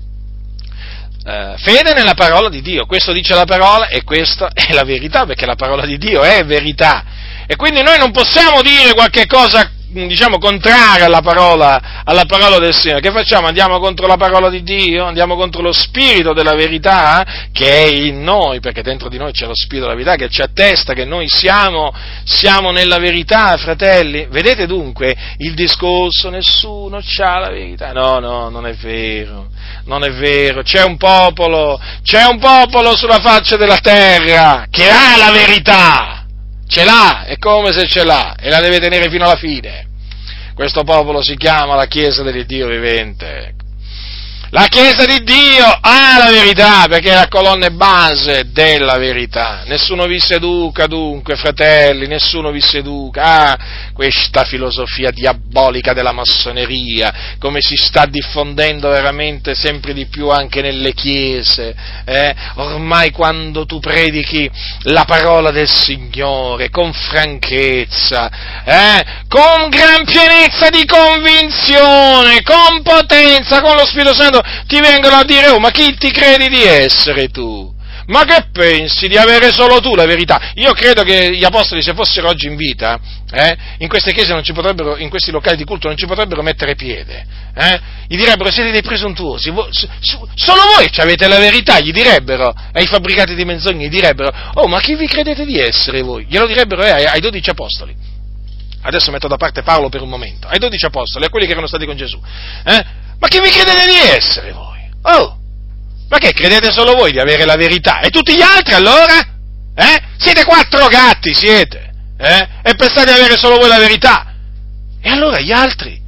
Eh, fede nella parola di Dio, questo dice la parola e questa è la verità, perché la parola di Dio è verità. E quindi noi non possiamo dire qualche cosa, diciamo, contraria alla parola, alla parola del Signore. Che facciamo? Andiamo contro la parola di Dio? Andiamo contro lo spirito della verità che è in noi, perché dentro di noi c'è lo spirito della verità che ci attesta che noi siamo, siamo nella verità, fratelli. Vedete dunque il discorso, nessuno c'ha la verità. No, no, non è vero, non è vero. C'è un popolo, c'è un popolo sulla faccia della terra che ha la verità. Ce l'ha, è come se ce l'ha, e la deve tenere fino alla fine. Questo popolo si chiama la Chiesa dell'Iddio vivente. La Chiesa di Dio ha la verità, perché è la colonna base della verità. Nessuno vi seduca dunque, fratelli, nessuno vi seduca. Ah, questa filosofia diabolica della massoneria, come si sta diffondendo veramente sempre di più anche nelle chiese. Eh? Ormai quando tu predichi la parola del Signore con franchezza, eh? con gran pienezza di convinzione, con potenza, con lo Spirito Santo, ti vengono a dire: oh, ma chi ti credi di essere tu? Ma che pensi di avere solo tu la verità? Io credo che gli apostoli, se fossero oggi in vita, eh, in queste chiese non ci potrebbero, in questi locali di culto non ci potrebbero mettere piede, eh? Gli direbbero: siete dei presuntuosi, voi, solo voi avete la verità, gli direbbero ai fabbricati di menzogne, gli direbbero: oh, ma chi vi credete di essere voi? Glielo direbbero eh, ai dodici apostoli. Adesso metto da parte Paolo per un momento, ai dodici apostoli, a quelli che erano stati con Gesù, eh? Ma chi vi credete di essere voi? Oh, ma che credete solo voi di avere la verità? E tutti gli altri allora? Eh? Siete quattro gatti, siete, eh? E pensate di avere solo voi la verità? E allora gli altri?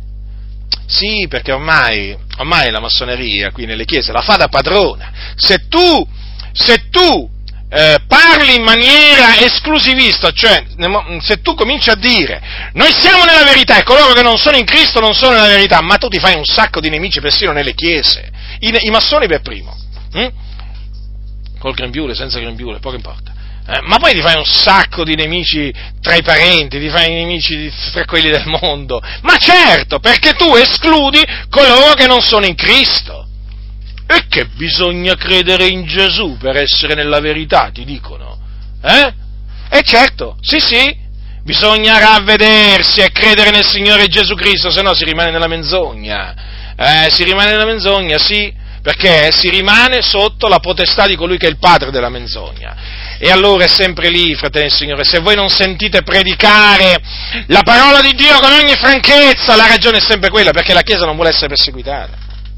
Sì, perché ormai, ormai la massoneria qui nelle chiese la fa da padrona. Se tu, se tu Eh, parli in maniera esclusivista, cioè se tu cominci a dire noi siamo nella verità e coloro che non sono in Cristo non sono nella verità, ma tu ti fai un sacco di nemici persino nelle chiese, i, i massoni per primo, hm? Col grembiule, senza grembiule, poco importa, Eh, ma poi ti fai un sacco di nemici tra i parenti, ti fai nemici tra quelli del mondo. Ma certo, perché tu escludi coloro che non sono in Cristo. E che bisogna credere in Gesù per essere nella verità, ti dicono. Eh? E certo, sì sì, bisogna ravvedersi e credere nel Signore Gesù Cristo, se no si rimane nella menzogna. Eh, si rimane nella menzogna, sì, perché si rimane sotto la potestà di colui che è il padre della menzogna. E allora è sempre lì, fratelli del Signore, se voi non sentite predicare la parola di Dio con ogni franchezza, la ragione è sempre quella, perché la Chiesa non vuole essere perseguitata.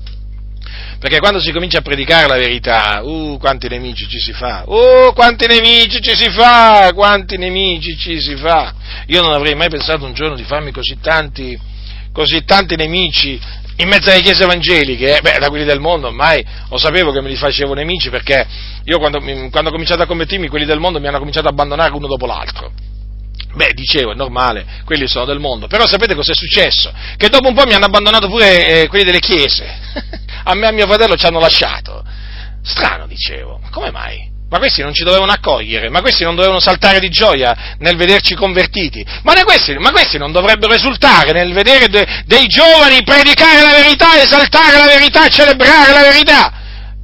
Perché quando si comincia a predicare la verità, uh, quanti nemici ci si fa, uh, quanti nemici ci si fa, quanti nemici ci si fa. Io non avrei mai pensato un giorno di farmi così tanti, così tanti nemici in mezzo alle chiese evangeliche, eh, beh, da quelli del mondo ormai lo sapevo che me li facevo nemici, perché io quando, quando ho cominciato a convertirmi, quelli del mondo mi hanno cominciato a abbandonare uno dopo l'altro. Beh, dicevo, è normale, quelli sono del mondo, però sapete cos'è successo? Che dopo un po' mi hanno abbandonato pure eh, quelli delle chiese, a me e a mio fratello ci hanno lasciato. Strano, dicevo, ma come mai? Ma questi non ci dovevano accogliere, ma questi non dovevano saltare di gioia nel vederci convertiti, ma, questi, ma questi non dovrebbero esultare nel vedere de, dei giovani predicare la verità, esaltare la verità, celebrare la verità?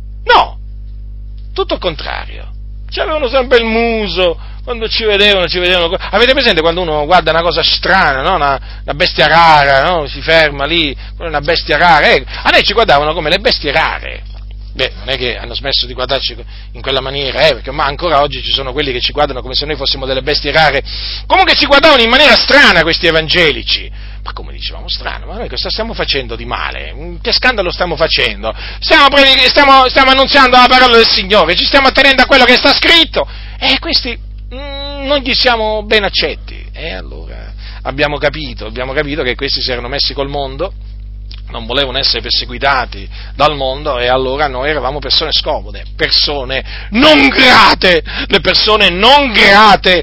No, tutto il contrario, ci avevano sempre il muso, quando ci vedevano, ci vedevano. Avete presente quando uno guarda una cosa strana, no? una, una bestia rara, no? Si ferma lì, una bestia rara, eh, a noi ci guardavano come le bestie rare. Beh, non è che hanno smesso di guardarci in quella maniera, eh, perché ma ancora oggi ci sono quelli che ci guardano come se noi fossimo delle bestie rare. Comunque ci guardavano in maniera strana questi evangelici. Ma come dicevamo, strano, ma noi cosa stiamo facendo di male? Che scandalo stiamo facendo? Stiamo, stiamo, stiamo annunziando la parola del Signore, ci stiamo attenendo a quello che sta scritto, e questi mm, non gli siamo ben accetti. E allora abbiamo capito, abbiamo capito che questi si erano messi col mondo, non volevano essere perseguitati dal mondo, e allora noi eravamo persone scomode, persone non grate, le persone non grate,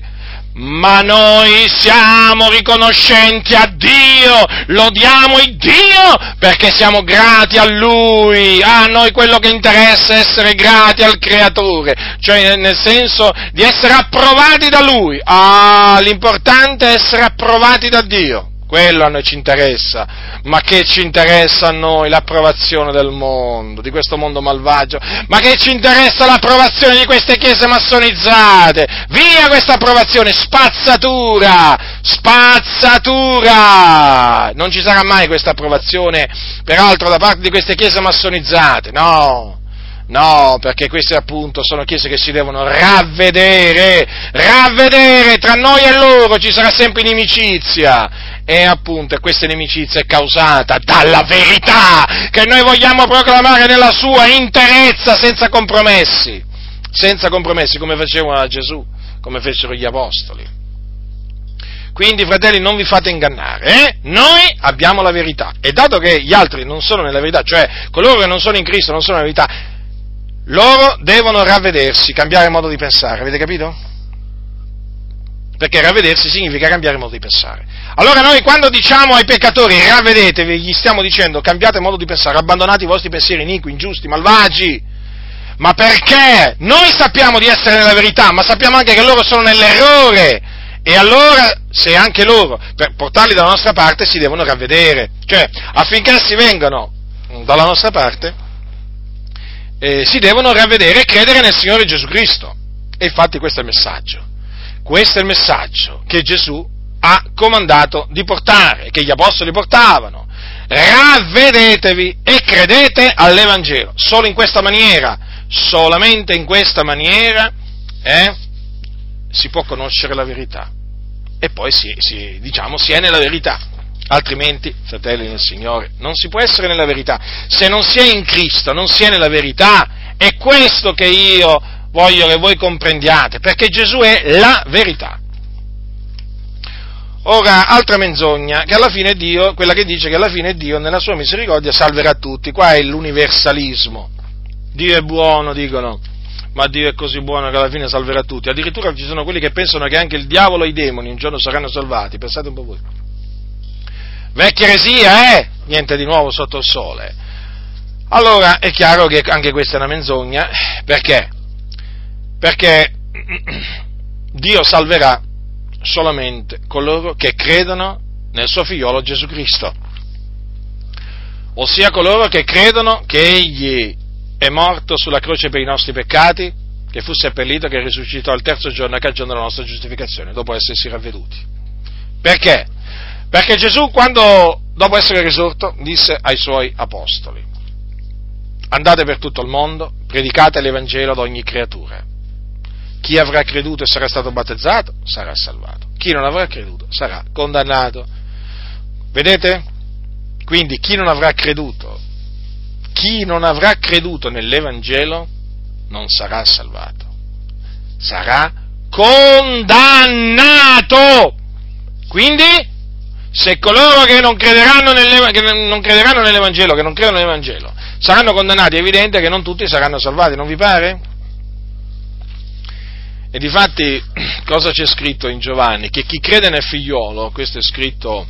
ma noi siamo riconoscenti a Dio, lodiamo il Dio perché siamo grati a Lui. A noi quello che interessa è essere grati al Creatore, cioè nel senso di essere approvati da Lui. Ah, l'importante è essere approvati da Dio. Quello a noi ci interessa, ma che ci interessa a noi l'approvazione del mondo, di questo mondo malvagio? Ma che ci interessa l'approvazione di queste chiese massonizzate? Via questa approvazione, spazzatura, spazzatura! Non ci sarà mai questa approvazione, peraltro, da parte di queste chiese massonizzate, no! No, perché queste appunto sono chiese che si devono ravvedere, ravvedere, tra noi e loro ci sarà sempre inimicizia, e appunto questa inimicizia è causata dalla verità che noi vogliamo proclamare nella sua interezza, senza compromessi, senza compromessi, come faceva Gesù, come fecero gli apostoli. Quindi, fratelli, non vi fate ingannare, eh? Noi abbiamo la verità, e dato che gli altri non sono nella verità, cioè coloro che non sono in Cristo non sono nella verità, loro devono ravvedersi, cambiare modo di pensare, avete capito? Perché ravvedersi significa cambiare modo di pensare. Allora noi quando diciamo ai peccatori ravvedetevi, gli stiamo dicendo cambiate modo di pensare, abbandonate i vostri pensieri iniqui, ingiusti, malvagi. Ma perché? Noi sappiamo di essere nella verità, ma sappiamo anche che loro sono nell'errore. E allora, se anche loro, per portarli dalla nostra parte, si devono ravvedere. Cioè, affinché essi vengano dalla nostra parte, Eh, si devono ravvedere e credere nel Signore Gesù Cristo. E infatti questo è il messaggio. Questo è il messaggio che Gesù ha comandato di portare, che gli apostoli portavano. Ravvedetevi e credete all'Evangelo. Solo in questa maniera, solamente in questa maniera, eh, si può conoscere la verità. E poi si, si, diciamo, si è nella verità. Altrimenti, fratelli nel Signore, non si può essere nella verità. Se non si è in Cristo, non si è nella verità. È questo che io voglio che voi comprendiate, perché Gesù è la verità. Ora, altra menzogna, che alla fine Dio, quella che dice che alla fine Dio nella sua misericordia salverà tutti. Qua è l'universalismo. Dio è buono, dicono, ma Dio è così buono che alla fine salverà tutti. Addirittura ci sono quelli che pensano che anche il diavolo e i demoni un giorno saranno salvati. Pensate un po' voi. Vecchia eresia, eh? Niente di nuovo sotto il sole. Allora, è chiaro che anche questa è una menzogna, perché? Perché Dio salverà solamente coloro che credono nel suo figliolo Gesù Cristo, ossia coloro che credono che Egli è morto sulla croce per i nostri peccati, che fu seppellito, che risuscitò il terzo giorno a cagione della nostra giustificazione, dopo essersi ravveduti. Perché? Perché Gesù, quando, dopo essere risorto, disse ai suoi apostoli: andate per tutto il mondo, predicate l'Evangelo ad ogni creatura. Chi avrà creduto e sarà stato battezzato sarà salvato. Chi non avrà creduto sarà condannato. Vedete? Quindi chi non avrà creduto, chi non avrà creduto nell'Evangelo non sarà salvato, sarà condannato. Quindi, se coloro che non crederanno, che non crederanno nell'Evangelo, che non credono nell'Evangelo, saranno condannati, è evidente che non tutti saranno salvati, non vi pare? E difatti, cosa c'è scritto in Giovanni? Che chi crede nel figliolo, questo è scritto,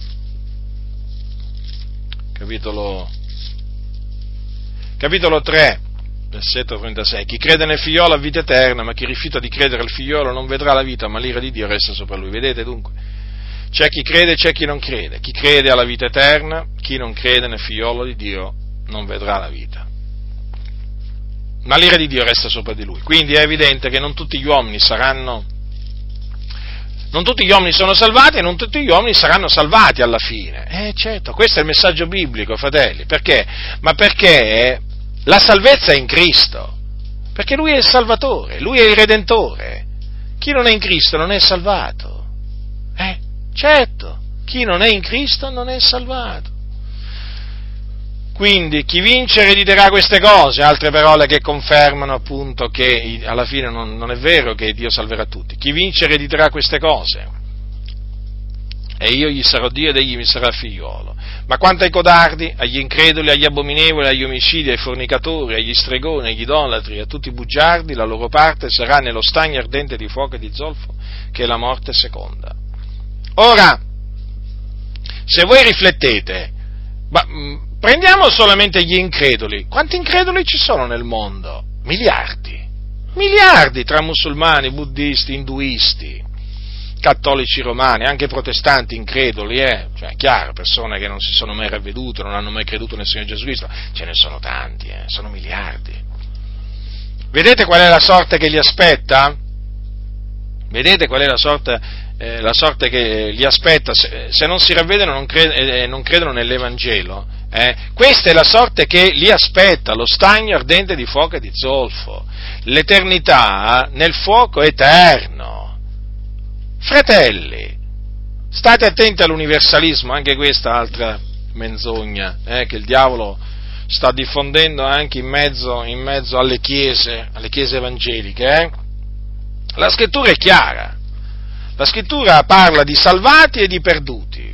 capitolo, capitolo tre, versetto trentasei, chi crede nel figliolo ha vita eterna, ma chi rifiuta di credere al figliolo non vedrà la vita, ma l'ira di Dio resta sopra lui. Vedete dunque? C'è chi crede e c'è chi non crede. Chi crede ha la vita eterna, chi non crede nel figliolo di Dio non vedrà la vita, ma l'ira di Dio resta sopra di lui. Quindi è evidente che non tutti gli uomini saranno, non tutti gli uomini sono salvati e non tutti gli uomini saranno salvati alla fine. Eh certo, questo è il messaggio biblico, fratelli. Perché? Ma perché la salvezza è in Cristo, perché Lui è il Salvatore, Lui è il Redentore. Chi non è in Cristo non è salvato. Eh, certo, chi non è in Cristo non è salvato. Quindi chi vince erediterà queste cose, altre parole che confermano appunto che alla fine non, non è vero che Dio salverà tutti. Chi vince erediterà queste cose, e io gli sarò Dio ed egli mi sarà figliolo. Ma quanto ai codardi, agli increduli, agli abominevoli, agli omicidi, ai fornicatori, agli stregoni, agli idolatri, a tutti i bugiardi, la loro parte sarà nello stagno ardente di fuoco e di zolfo, che è la morte seconda. Ora, se voi riflettete, ma, prendiamo solamente gli increduli. Quanti increduli ci sono nel mondo? Miliardi. Miliardi tra musulmani, buddisti, induisti, cattolici romani, anche protestanti increduli, eh? Cioè, è chiaro, persone che non si sono mai ravvedute, non hanno mai creduto nel Signore Gesù Cristo, ce ne sono tanti, eh? Sono miliardi. Vedete qual è la sorte che li aspetta? Vedete qual è la sorte, eh, la sorte che li aspetta se, se non si ravvedono e non, cre- eh, non credono nell'Evangelo? Eh? Questa è la sorte che li aspetta, lo stagno ardente di fuoco e di zolfo, l'eternità nel fuoco eterno. Fratelli, state attenti all'universalismo, anche questa altra menzogna eh, che il diavolo sta diffondendo anche in mezzo, in mezzo alle chiese, alle chiese evangeliche. Eh? La scrittura è chiara, la scrittura parla di salvati e di perduti,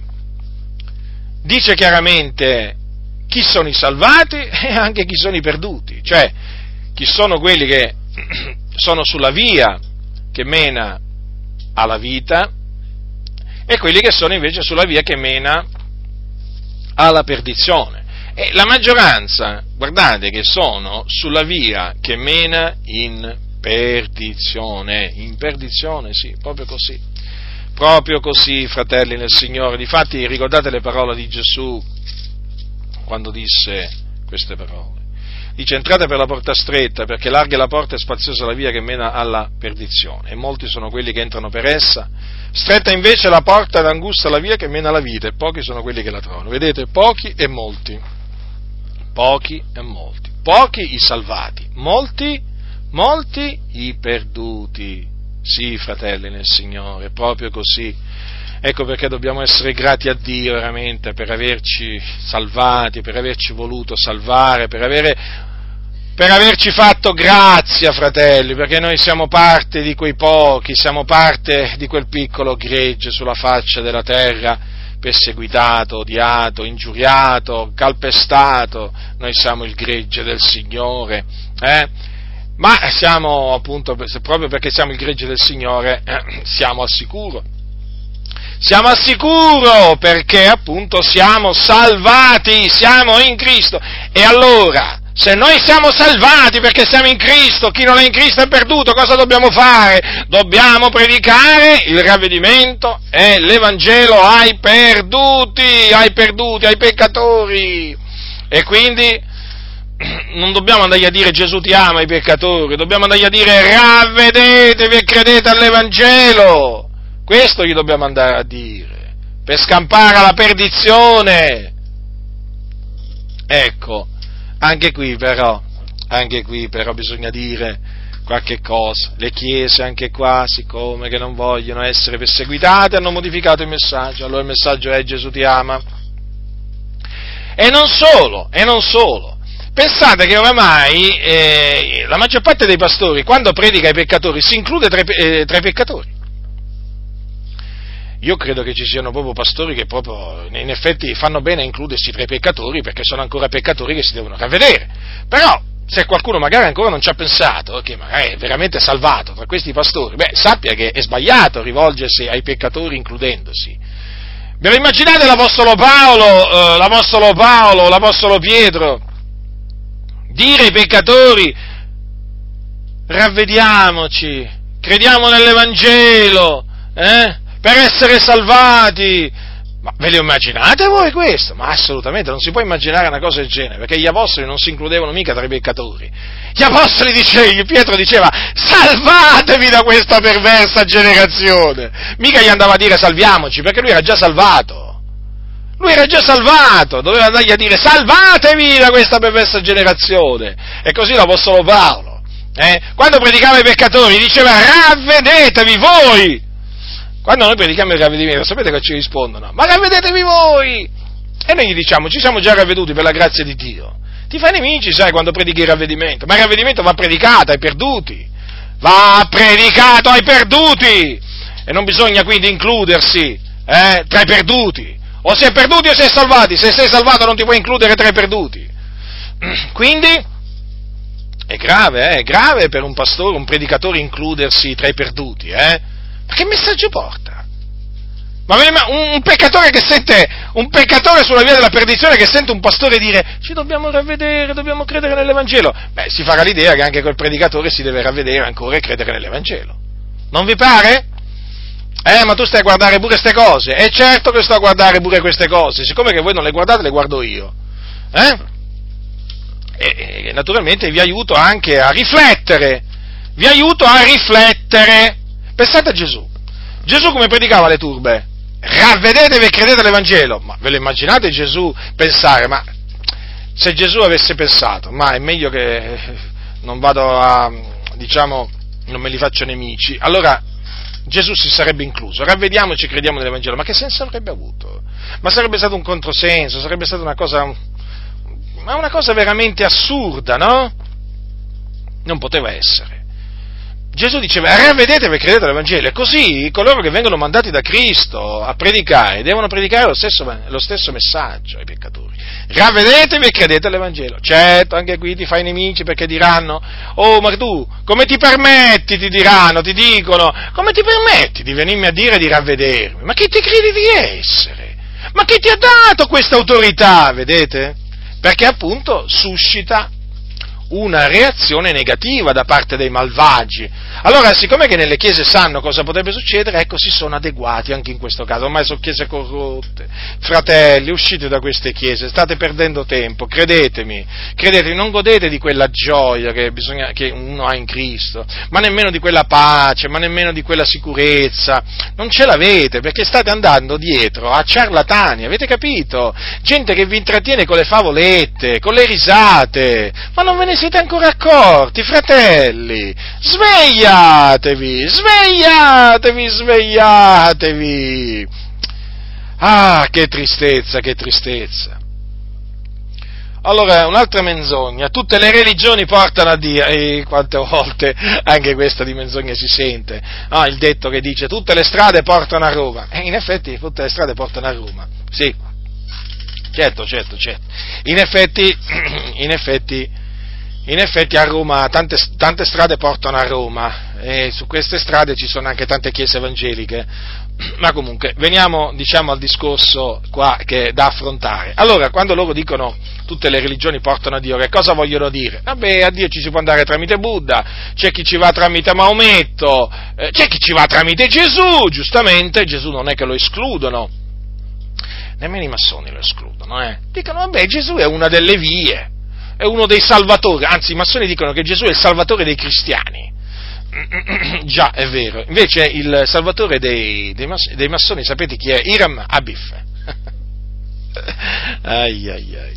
dice chiaramente chi sono i salvati e anche chi sono i perduti, cioè chi sono quelli che sono sulla via che mena alla vita e quelli che sono invece sulla via che mena alla perdizione. E la maggioranza, guardate, che sono sulla via che mena in perdizione, in perdizione, sì, proprio così, proprio così, fratelli nel Signore. Difatti ricordate le parole di Gesù quando disse queste parole. Dice: entrate per la porta stretta, perché larga è la porta e spaziosa la via che mena alla perdizione, e molti sono quelli che entrano per essa. Stretta invece è la porta ed angusta la via che mena alla vita, e pochi sono quelli che la trovano. Vedete, pochi e molti, pochi e molti, pochi i salvati, molti, molti i perduti. Sì, fratelli nel Signore, proprio così. Ecco perché dobbiamo essere grati a Dio veramente per averci salvati, per averci voluto salvare, per, avere, per averci fatto grazia, fratelli, perché noi siamo parte di quei pochi, siamo parte di quel piccolo gregge sulla faccia della terra, perseguitato, odiato, ingiuriato, calpestato. Noi siamo il gregge del Signore, eh? Ma siamo appunto, proprio perché siamo il gregge del Signore, eh, siamo al sicuro. Siamo al sicuro perché appunto siamo salvati, siamo in Cristo. E allora, Se noi siamo salvati perché siamo in Cristo, chi non è in Cristo è perduto, cosa dobbiamo fare? Dobbiamo predicare il ravvedimento e l'Evangelo ai perduti, ai perduti, ai peccatori. E quindi non dobbiamo andargli a dire Gesù ti ama ai peccatori, dobbiamo andargli a dire ravvedetevi e credete all'Evangelo. Questo gli dobbiamo andare a dire, per scampare alla perdizione. Ecco. Anche qui però, anche qui però bisogna dire qualche cosa. Le chiese anche qua, siccome che non vogliono essere perseguitate, hanno modificato il messaggio. Allora il messaggio è Gesù ti ama. E non solo, e non solo. Pensate che oramai eh, la maggior parte dei pastori, quando predica ai peccatori, si include tra i, eh, tra i peccatori. Io credo che ci siano proprio pastori che proprio, in effetti, fanno bene a includersi tra i peccatori, perché sono ancora peccatori che si devono ravvedere. Però, se qualcuno magari ancora non ci ha pensato, che magari è veramente salvato tra questi pastori, beh, sappia che è sbagliato rivolgersi ai peccatori includendosi. Ve lo immaginate l'Apostolo Paolo, eh, l'Apostolo Paolo, l'Apostolo Pietro, dire ai peccatori, ravvediamoci, crediamo nell'Evangelo, eh? Per essere salvati. Ma ve lo immaginate voi questo? Ma assolutamente non si può immaginare una cosa del genere, perché gli apostoli non si includevano mica tra i peccatori. Gli apostoli dicevano, Pietro diceva, salvatevi da questa perversa generazione. Mica gli andava a dire salviamoci, perché lui era già salvato. Lui era già salvato, doveva andargli a dire salvatevi da questa perversa generazione. E così l'apostolo Paolo, eh, quando predicava ai peccatori, diceva ravvedetevi voi. Quando noi predichiamo il ravvedimento, sapete che ci rispondono? Ma ravvedetevi voi! E noi gli diciamo, ci siamo già ravveduti per la grazia di Dio. Ti fai nemici, sai, quando predichi il ravvedimento. Ma il ravvedimento va predicato ai perduti. Va predicato ai perduti! E non bisogna quindi includersi eh, tra i perduti. O sei perduti o sei salvati. Se sei salvato non ti puoi includere tra i perduti. Quindi è grave, eh? È grave per un pastore, un predicatore includersi tra i perduti, eh? Ma che messaggio porta? Ma un, un peccatore che sente, un peccatore sulla via della perdizione che sente un pastore dire ci dobbiamo ravvedere, dobbiamo credere nell'Evangelo, beh, si farà l'idea che anche quel predicatore si deve ravvedere ancora e credere nell'Evangelo. Non vi pare? Eh, ma tu stai a guardare pure queste cose? E certo che sto a guardare pure queste cose, siccome che voi non le guardate, le guardo io. Eh? E, e naturalmente vi aiuto anche a riflettere, vi aiuto a riflettere. Pensate a Gesù. Gesù come predicava alle turbe? Ravvedetevi e credete all'Evangelo. Ma ve lo immaginate Gesù pensare? Ma se Gesù avesse pensato, ma è meglio che non vado a, diciamo, non me li faccio nemici, allora Gesù si sarebbe incluso. Ravvediamoci e crediamo nell'Evangelo. Ma che senso avrebbe avuto? Ma sarebbe stato un controsenso, sarebbe stata una cosa, ma una cosa veramente assurda, no? Non poteva essere. Gesù diceva, ravvedetevi e credete all'Evangelo, e così coloro che vengono mandati da Cristo a predicare devono predicare lo stesso, lo stesso messaggio ai peccatori. Ravvedetevi e credete all'Evangelo. Certo, anche qui ti fai nemici perché diranno, oh ma tu, come ti permetti, ti diranno, ti dicono, come ti permetti di venirmi a dire di ravvedermi? Ma chi ti credi di essere? Ma chi ti ha dato questa autorità, vedete? Perché appunto suscita una reazione negativa da parte dei malvagi. Allora, siccome che nelle chiese sanno cosa potrebbe succedere, ecco, si sono adeguati anche in questo caso. Ormai sono chiese corrotte. Fratelli, uscite da queste chiese, state perdendo tempo, credetemi, credetemi, non godete di quella gioia che, bisogna, che uno ha in Cristo, ma nemmeno di quella pace, ma nemmeno di quella sicurezza. Non ce l'avete, perché state andando dietro a ciarlatani, avete capito? Gente che vi intrattiene con le favolette, con le risate, ma non ve ne siete ancora accorti, fratelli? Svegliatevi, svegliatevi, svegliatevi! Ah, che tristezza, che tristezza! Allora, un'altra menzogna, tutte le religioni portano a Dio, e quante volte anche questa di menzogna si sente, ah, il detto che dice tutte le strade portano a Roma, e in effetti tutte le strade portano a Roma, sì, certo, certo, certo, in effetti, in effetti, In effetti a Roma tante, tante strade portano a Roma e su queste strade ci sono anche tante chiese evangeliche, Ma comunque, veniamo, diciamo, al discorso qua che è da affrontare. Allora, quando loro dicono tutte le religioni portano a Dio, che cosa vogliono dire? Vabbè, a Dio ci si può andare tramite Buddha, c'è chi ci va tramite Maometto, eh, c'è chi ci va tramite Gesù, giustamente, Gesù non è che lo escludono, nemmeno i massoni lo escludono, eh. Dicono, vabbè, Gesù è una delle vie, è uno dei salvatori, anzi i massoni dicono che Gesù è il salvatore dei cristiani. Già, è vero, invece il salvatore dei, dei, mass- dei massoni, sapete chi è? Hiram Abif. ai ai ai.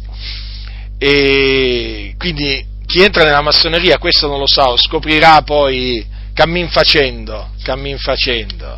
E quindi chi entra nella massoneria, questo non lo so, scoprirà poi cammin facendo, cammin facendo.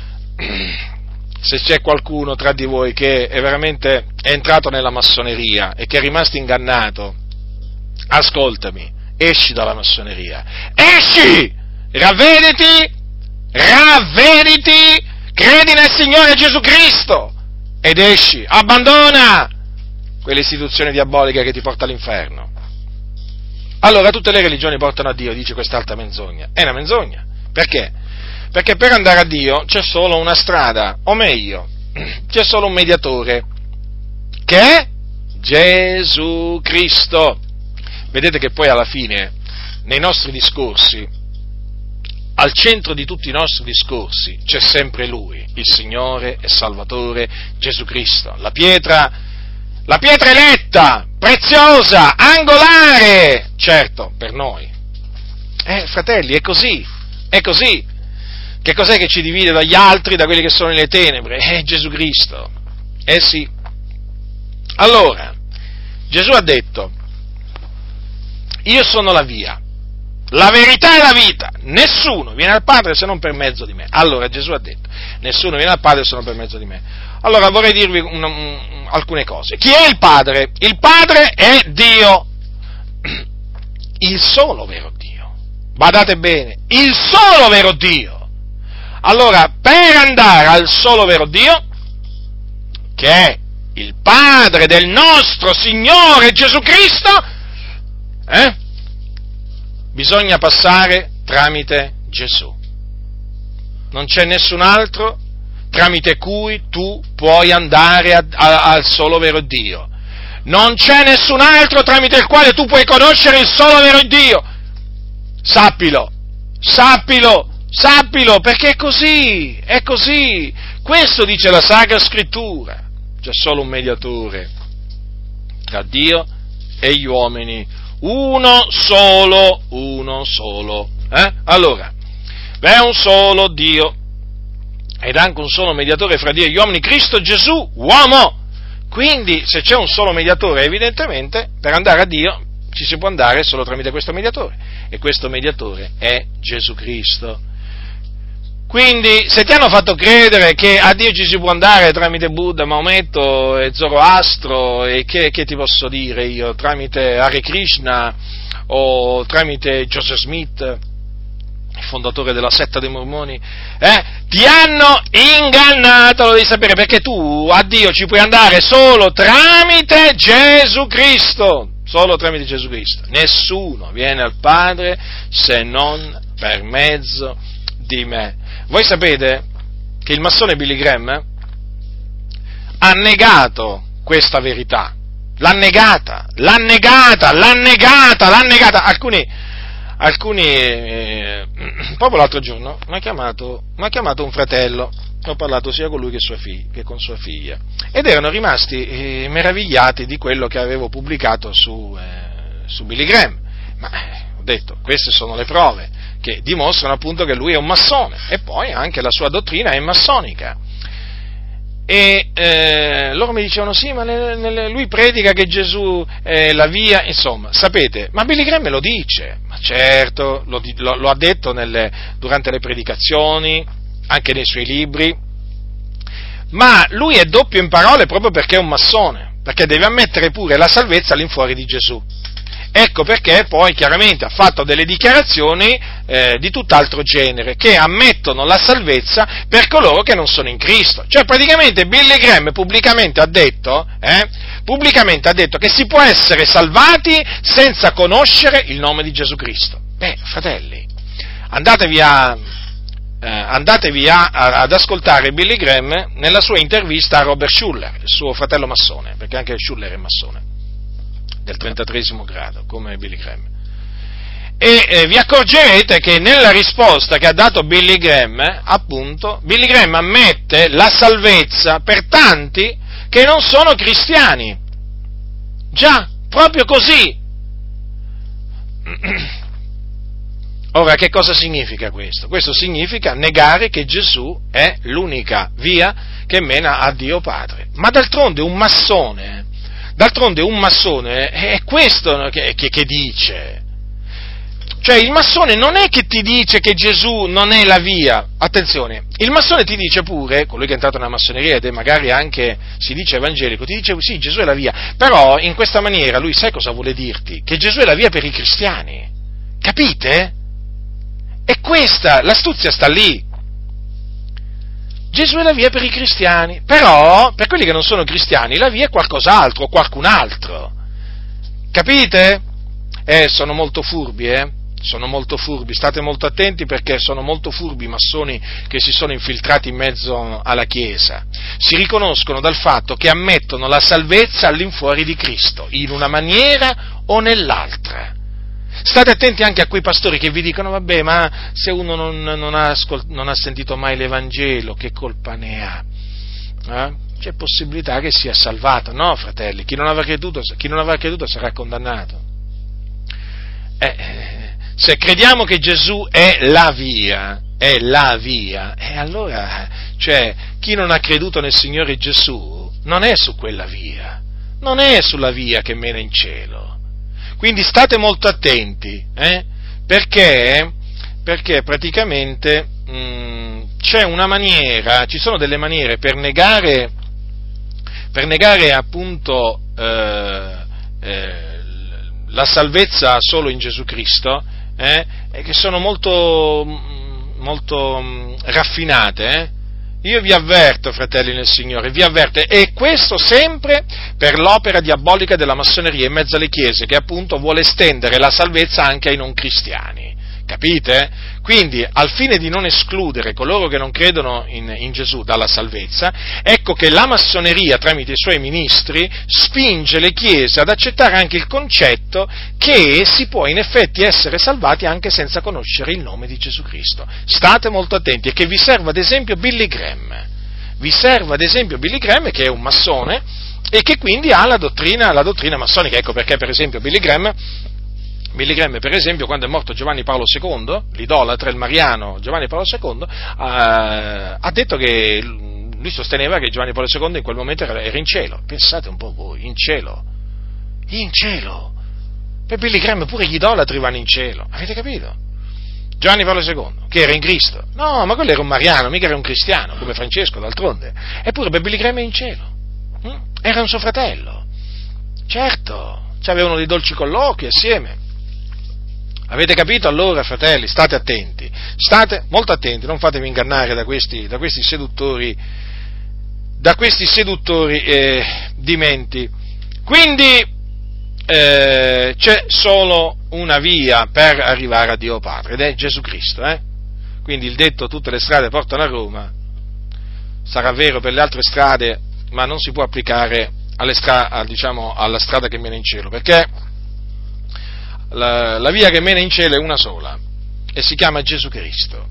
Se c'è qualcuno tra di voi che è veramente è entrato nella massoneria e che è rimasto ingannato, ascoltami, esci dalla massoneria, esci! Ravvediti, ravvediti, credi nel Signore Gesù Cristo ed esci, abbandona quell'istituzione diabolica che ti porta all'inferno. Allora tutte le religioni portano a Dio, dice quest'altra menzogna. È una menzogna. Perché? Perché per andare a Dio c'è solo una strada, o meglio, c'è solo un mediatore, che è Gesù Cristo. Vedete che poi alla fine, nei nostri discorsi, al centro di tutti i nostri discorsi c'è sempre Lui, il Signore e Salvatore Gesù Cristo, la pietra, la pietra eletta, preziosa, angolare, certo, per noi. Eh, fratelli, è così, è così. Che cos'è che ci divide dagli altri, da quelli che sono nelle tenebre? È Gesù Cristo. Eh sì. Allora, Gesù ha detto, io sono la via, la verità e la vita, nessuno viene al Padre se non per mezzo di me. Allora Gesù ha detto, nessuno viene al Padre se non per mezzo di me. Allora vorrei dirvi un, un, alcune cose. Chi è il Padre? Il Padre è Dio, il solo vero Dio. Badate bene, il solo vero Dio. Allora, per andare al solo vero Dio, che è il Padre del nostro Signore Gesù Cristo, eh? bisogna passare tramite Gesù. Non c'è nessun altro tramite cui tu puoi andare a, a, al solo vero Dio. Non c'è nessun altro tramite il quale tu puoi conoscere il solo vero Dio. Sappilo, sappilo, sappilo, perché è così, è così. Questo dice la Sacra Scrittura. C'è solo un mediatore tra Dio e gli uomini. Uno solo, uno solo. Eh? Allora, vi è un solo Dio ed anche un solo mediatore fra Dio e gli uomini, Cristo Gesù, uomo. Quindi, se c'è un solo mediatore, evidentemente, per andare a Dio ci si può andare solo tramite questo mediatore, e questo mediatore è Gesù Cristo. Quindi, se ti hanno fatto credere che a Dio ci si può andare tramite Buddha, Maometto e Zoroastro, e che, che ti posso dire io, tramite Hare Krishna o tramite Joseph Smith, il fondatore della setta dei Mormoni, eh, ti hanno ingannato, lo devi sapere, perché tu a Dio ci puoi andare solo tramite Gesù Cristo, solo tramite Gesù Cristo. Nessuno viene al Padre se non per mezzo di me. Voi sapete che il massone Billy Graham eh, ha negato questa verità, l'ha negata, l'ha negata, l'ha negata, l'ha negata. Alcuni, alcuni eh, proprio l'altro giorno mi ha chiamato, mi ha chiamato un fratello, ho parlato sia con lui che, sua figlia, che con sua figlia, ed erano rimasti eh, meravigliati di quello che avevo pubblicato su, eh, su Billy Graham. Ma eh, ho detto, queste sono le prove che dimostrano appunto che lui è un massone, e poi anche la sua dottrina è massonica. E eh, loro mi dicevano, sì, ma le, le, lui predica che Gesù è la via, insomma, sapete, ma Billy Graham lo dice, ma certo, lo, lo, lo ha detto nelle, durante le predicazioni, anche nei suoi libri, ma lui è doppio in parole proprio perché è un massone, perché deve ammettere pure la salvezza all'infuori di Gesù. Ecco perché poi chiaramente ha fatto delle dichiarazioni eh, di tutt'altro genere, che ammettono la salvezza per coloro che non sono in Cristo. Cioè praticamente Billy Graham pubblicamente ha detto, eh, pubblicamente ha detto che si può essere salvati senza conoscere il nome di Gesù Cristo. Beh, fratelli, andatevi a, eh, andatevi a, a, ad ascoltare Billy Graham nella sua intervista a Robert Schuller, il suo fratello massone, perché anche Schuller è massone, del trentatreesimo grado, come Billy Graham. E eh, vi accorgerete che nella risposta che ha dato Billy Graham, appunto, Billy Graham ammette la salvezza per tanti che non sono cristiani. Già, proprio così. Ora, che cosa significa questo? Questo significa negare che Gesù è l'unica via che mena a Dio Padre. Ma d'altronde un massone, d'altronde un massone è questo che, che, che dice. Cioè, il massone non è che ti dice che Gesù non è la via, attenzione, il massone ti dice pure, colui che è entrato nella massoneria ed è magari anche, si dice evangelico, ti dice sì, Gesù è la via, però in questa maniera lui sai cosa vuole dirti? Che Gesù è la via per i cristiani, capite? E questa, l'astuzia sta lì. Gesù è la via per i cristiani, però per quelli che non sono cristiani la via è qualcos'altro, o qualcun altro, capite? Eh, sono molto furbi, eh? Sono molto furbi, state molto attenti perché sono molto furbi i massoni che si sono infiltrati in mezzo alla Chiesa. Si riconoscono dal fatto che ammettono la salvezza all'infuori di Cristo, in una maniera o nell'altra. State attenti anche a quei pastori che vi dicono, vabbè, ma se uno non, non, ha, ascol- non ha sentito mai l'Evangelo, che colpa ne ha? Eh? C'è possibilità che sia salvato. No, fratelli, chi non avrà creduto, chi non avrà creduto sarà condannato. Eh, se crediamo che Gesù è la via, è la via, e eh, allora, cioè, chi non ha creduto nel Signore Gesù non è su quella via, non è sulla via che mena in cielo. Quindi state molto attenti, eh, perché, perché praticamente mh, c'è una maniera, ci sono delle maniere per negare, per negare appunto eh, eh, la salvezza solo in Gesù Cristo, eh, che sono molto, molto mh, raffinate, eh. Io vi avverto, fratelli nel Signore, vi avverto, e questo sempre per l'opera diabolica della massoneria in mezzo alle chiese, che appunto vuole estendere la salvezza anche ai non cristiani, capite? Quindi, al fine di non escludere coloro che non credono in, in Gesù dalla salvezza, ecco che la massoneria, tramite i suoi ministri, spinge le chiese ad accettare anche il concetto che si può in effetti essere salvati anche senza conoscere il nome di Gesù Cristo. State molto attenti, e che vi serva ad esempio Billy Graham. Vi serva ad esempio Billy Graham, che è un massone, e che quindi ha la dottrina, la dottrina massonica. Ecco perché, per esempio, Billy Graham Billy Graham, per esempio, quando è morto Giovanni Paolo secondo, l'idolatra, il mariano Giovanni Paolo secondo, ha, ha detto che lui sosteneva che Giovanni Paolo secondo in quel momento era, era in cielo. Pensate un po' voi, in cielo, in cielo. Per Billy Graham pure gli idolatri vanno in cielo, avete capito? Giovanni Paolo secondo, che era in Cristo. No, ma quello era un mariano, mica era un cristiano, come Francesco d'altronde. Eppure per Billy Graham è in cielo. Hm? Era un suo fratello. Certo, avevano dei dolci colloqui assieme. Avete capito? Allora, fratelli, state attenti, state molto attenti, non fatevi ingannare da questi, da questi seduttori, da questi seduttori eh, di menti. Quindi eh, c'è solo una via per arrivare a Dio Padre, ed è Gesù Cristo. Eh? Quindi il detto tutte le strade portano a Roma sarà vero per le altre strade, ma non si può applicare alle stra- diciamo, alla strada che mena in cielo, perché La, la via che mena in cielo è una sola e si chiama Gesù Cristo.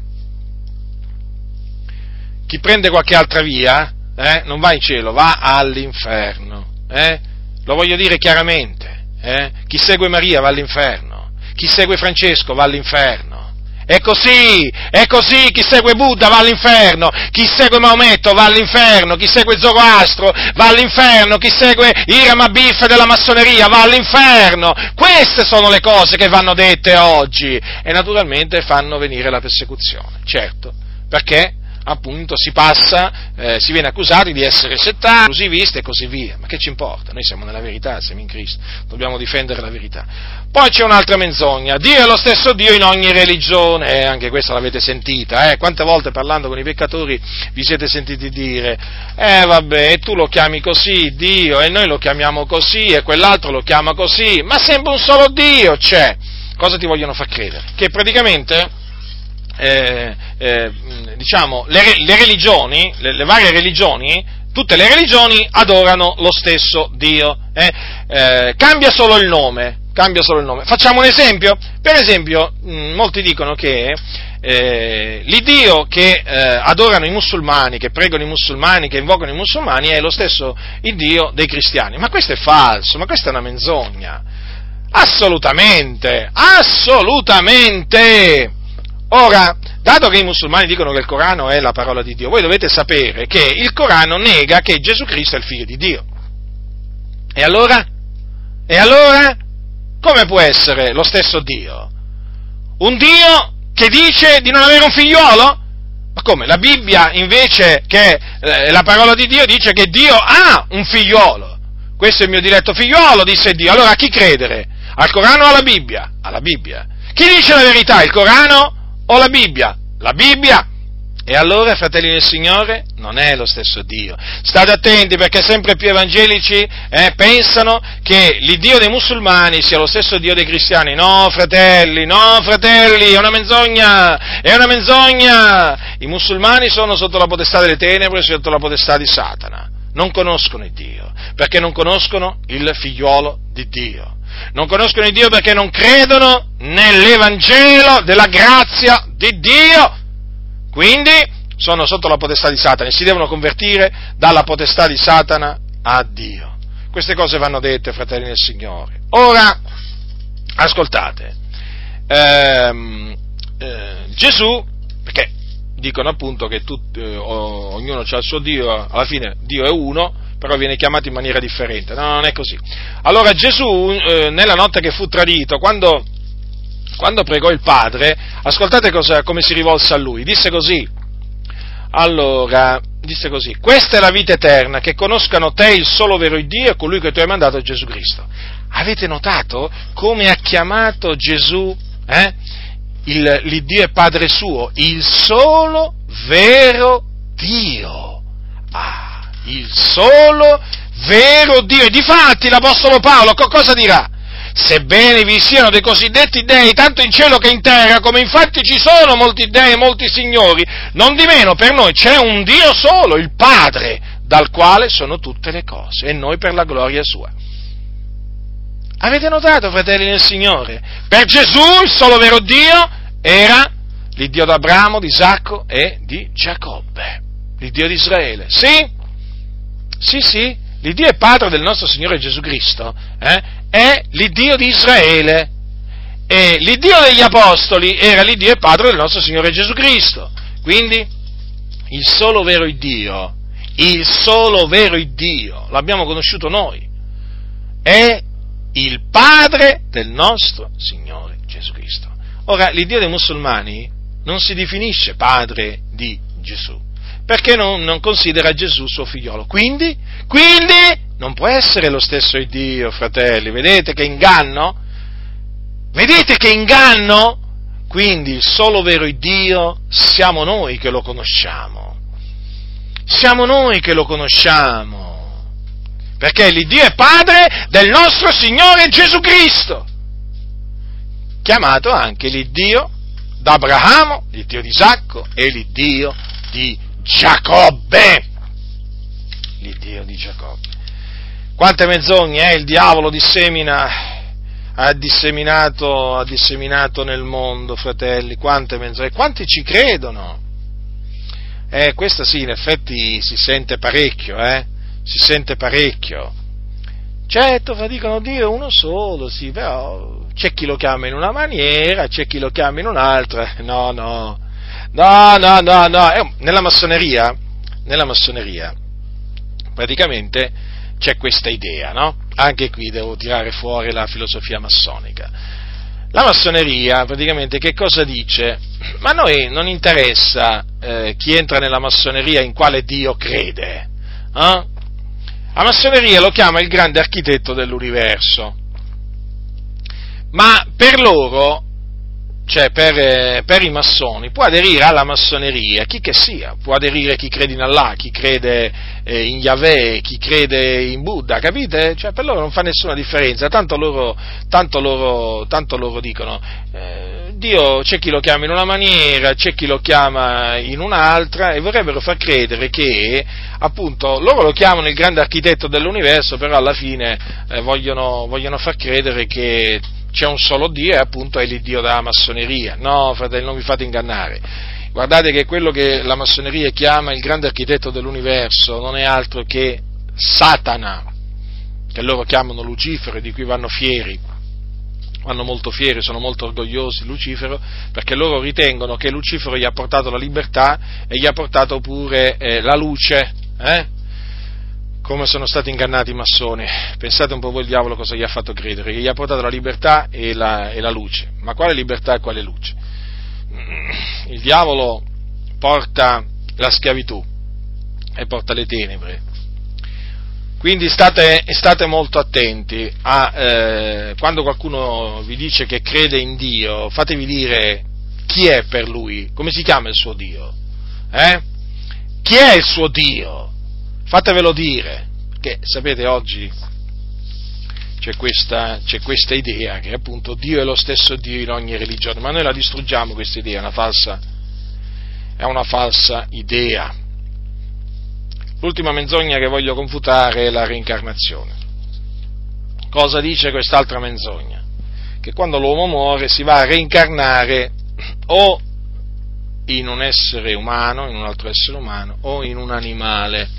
Chi prende qualche altra via eh, non va in cielo, va all'inferno. Eh? Lo voglio dire chiaramente. Eh? Chi segue Maria va all'inferno, chi segue Francesco va all'inferno. È così, è così, chi segue Buddha va all'inferno, chi segue Maometto va all'inferno, chi segue Zoroastro va all'inferno, chi segue Hiram Abif della massoneria va all'inferno. Queste sono le cose che vanno dette oggi e naturalmente fanno venire la persecuzione, certo, perché appunto si passa, eh, si viene accusati di essere settari, inclusivisti e così via, ma che ci importa? Noi siamo nella verità, siamo in Cristo, dobbiamo difendere la verità. Poi c'è un'altra menzogna, Dio è lo stesso Dio in ogni religione, e eh, anche questa l'avete sentita, eh? Quante volte parlando con i peccatori vi siete sentiti dire, eh vabbè, e tu lo chiami così, Dio, e noi lo chiamiamo così, e quell'altro lo chiama così, ma sempre un solo Dio c'è. Cosa ti vogliono far credere? Che praticamente eh, eh, diciamo, le, le religioni, le, le varie religioni, tutte le religioni adorano lo stesso Dio, eh? Eh, cambia solo il nome, cambia solo il nome. Facciamo un esempio? Per esempio, mh, molti dicono che eh, l'Iddio che eh, adorano i musulmani, che pregano i musulmani, che invocano i musulmani, è lo stesso Iddio dei cristiani. Ma questo è falso, ma questa è una menzogna. Assolutamente, assolutamente! Ora, dato che i musulmani dicono che il Corano è la parola di Dio, voi dovete sapere che il Corano nega che Gesù Cristo è il figlio di Dio. E allora? E allora? Come può essere lo stesso Dio? Un Dio che dice di non avere un figliuolo? Ma come? La Bibbia invece, che è la parola di Dio, dice che Dio ha un figliuolo. Questo è il mio diletto figliuolo, disse Dio. Allora a chi credere? Al Corano o alla Bibbia? Alla Bibbia. Chi dice la verità? Il Corano o la Bibbia? La Bibbia. E allora, fratelli del Signore, non è lo stesso Dio. State attenti, perché sempre più evangelici eh, pensano che l'Iddio dei musulmani sia lo stesso Dio dei cristiani. No, fratelli, no, fratelli, è una menzogna, è una menzogna. I musulmani sono sotto la potestà delle tenebre, sotto la potestà di Satana. Non conoscono il Dio, perché non conoscono il figliuolo di Dio. Non conoscono il Dio perché non credono nell'Evangelo della grazia di Dio. Quindi sono sotto la potestà di Satana e si devono convertire dalla potestà di Satana a Dio. Queste cose vanno dette, fratelli del Signore. Ora, ascoltate, ehm, eh, Gesù, perché dicono appunto che tutti, eh, ognuno ha il suo Dio, alla fine Dio è uno, però viene chiamato in maniera differente. No, non è così. Allora Gesù, eh, nella notte che fu tradito, quando, quando pregò il Padre, ascoltate cosa, come si rivolse a lui, disse così, allora, disse così, questa è la vita eterna, che conoscano te, il solo vero Dio, e colui che tu hai mandato, Gesù Cristo. Avete notato come ha chiamato Gesù, eh, il, l'Iddio e Padre suo, il solo vero Dio? Ah, il solo vero Dio. E difatti l'Apostolo Paolo cosa dirà? Sebbene vi siano dei cosiddetti dei, tanto in cielo che in terra, come infatti ci sono molti dei e molti signori, non di meno per noi c'è un Dio solo, il Padre, dal quale sono tutte le cose, e noi per la gloria sua. Avete notato, fratelli nel Signore? Per Gesù il solo vero Dio era l'Iddio d'Abramo, di Isacco e di Giacobbe, l'Iddio di Israele. Sì? Sì, sì, l'Iddio e Padre del nostro Signore Gesù Cristo eh, è l'Iddio di Israele, e l'Iddio degli Apostoli era l'Iddio e Padre del nostro Signore Gesù Cristo. Quindi il solo vero Iddio, il solo vero Iddio, l'abbiamo conosciuto noi, è il Padre del nostro Signore Gesù Cristo. Ora, l'Iddio dei musulmani non si definisce Padre di Gesù, perché non, non considera Gesù suo figliolo. Quindi, quindi non può essere lo stesso Dio, fratelli. Vedete che inganno? Vedete che inganno? Quindi il solo vero Dio siamo noi che lo conosciamo. Siamo noi che lo conosciamo. Perché l'Iddio è Padre del nostro Signore Gesù Cristo, chiamato anche l'Iddio d'Abramo, l'Iddio di Isacco e l'Iddio di Giacobbe. L'Iddio di Giacobbe. Quante menzogne eh, il diavolo dissemina, ha disseminato, ha disseminato nel mondo, fratelli, quante menzogne, quanti ci credono? Eh, questa sì, in effetti si sente parecchio, eh, si sente parecchio. Certo, dicono Dio è uno solo, sì, però c'è chi lo chiama in una maniera, c'è chi lo chiama in un'altra, no, no, no, no, no, no, eh, nella massoneria, nella massoneria, praticamente c'è questa idea, no? Anche qui devo tirare fuori la filosofia massonica. La massoneria, praticamente, che cosa dice? Ma a noi non interessa eh, chi entra nella massoneria in quale Dio crede, eh? La massoneria lo chiama il grande architetto dell'universo, ma per loro cioè per, eh, per i massoni, può aderire alla massoneria chi che sia, può aderire chi crede in Allah, chi crede eh, in Yahweh, chi crede in Buddha, capite? Cioè per loro non fa nessuna differenza, tanto loro, tanto loro, tanto loro dicono, eh, Dio c'è chi lo chiama in una maniera, c'è chi lo chiama in un'altra, e vorrebbero far credere che, appunto, loro lo chiamano il grande architetto dell'universo, però alla fine eh, vogliono, vogliono far credere che c'è un solo Dio e appunto è l'Iddio della massoneria. No, fratelli, non vi fate ingannare. Guardate che quello che la massoneria chiama il grande architetto dell'universo non è altro che Satana, che loro chiamano Lucifero e di cui vanno fieri, vanno molto fieri, sono molto orgogliosi di Lucifero, perché loro ritengono che Lucifero gli ha portato la libertà e gli ha portato pure eh, la luce, eh? Come sono stati ingannati i massoni. Pensate un po' voi il diavolo cosa gli ha fatto credere, che gli ha portato la libertà e la, e la luce. Ma quale libertà e quale luce? Il diavolo porta la schiavitù e porta le tenebre. Quindi state, state molto attenti a eh, quando qualcuno vi dice che crede in Dio, fatevi dire chi è per lui, come si chiama il suo Dio, eh? Chi è il suo Dio? Fatevelo dire, perché sapete oggi c'è questa, c'è questa idea che appunto Dio è lo stesso Dio in ogni religione, ma noi la distruggiamo questa idea, è una falsa, è una falsa idea. L'ultima menzogna che voglio confutare è la reincarnazione. Cosa dice quest'altra menzogna? Che quando l'uomo muore si va a reincarnare o in un essere umano, in un altro essere umano, o in un animale.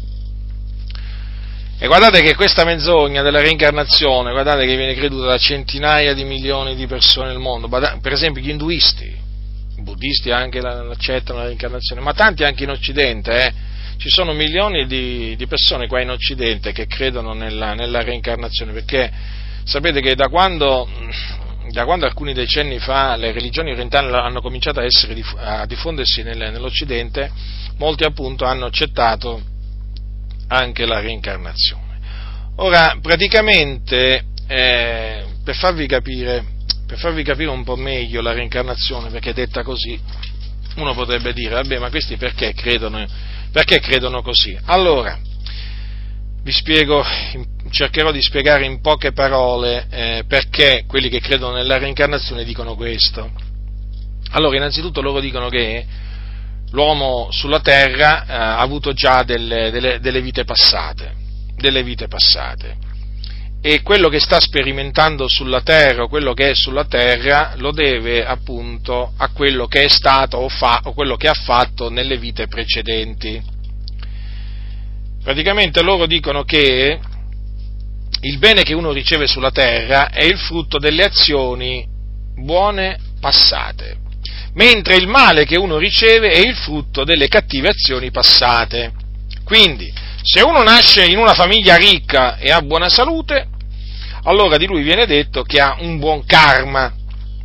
E guardate che questa menzogna della reincarnazione, guardate che viene creduta da centinaia di milioni di persone nel mondo, per esempio gli induisti, i buddisti anche l'accettano la reincarnazione, ma tanti anche in Occidente, eh. Ci sono milioni di, di persone qua in Occidente che credono nella, nella reincarnazione, perché sapete che da quando, da quando alcuni decenni fa le religioni orientali hanno cominciato a, essere, a diffondersi nel, nell'Occidente, molti appunto hanno accettato anche la reincarnazione. Ora, praticamente, eh, per farvi capire, per farvi capire un po' meglio la reincarnazione, perché detta così, uno potrebbe dire, vabbè, ma questi perché credono, perché credono così? Allora, vi spiego, cercherò di spiegare in poche parole eh, perché quelli che credono nella reincarnazione dicono questo. Allora, innanzitutto loro dicono che l'uomo sulla terra eh, ha avuto già delle, delle, delle vite passate, delle vite passate, e quello che sta sperimentando sulla terra, o quello che è sulla terra, lo deve appunto a quello che è stato o, fa, o quello che ha fatto nelle vite precedenti. Praticamente loro dicono che il bene che uno riceve sulla terra è il frutto delle azioni buone passate, mentre il male che uno riceve è il frutto delle cattive azioni passate. Quindi, se uno nasce in una famiglia ricca e ha buona salute, allora di lui viene detto che ha un buon karma.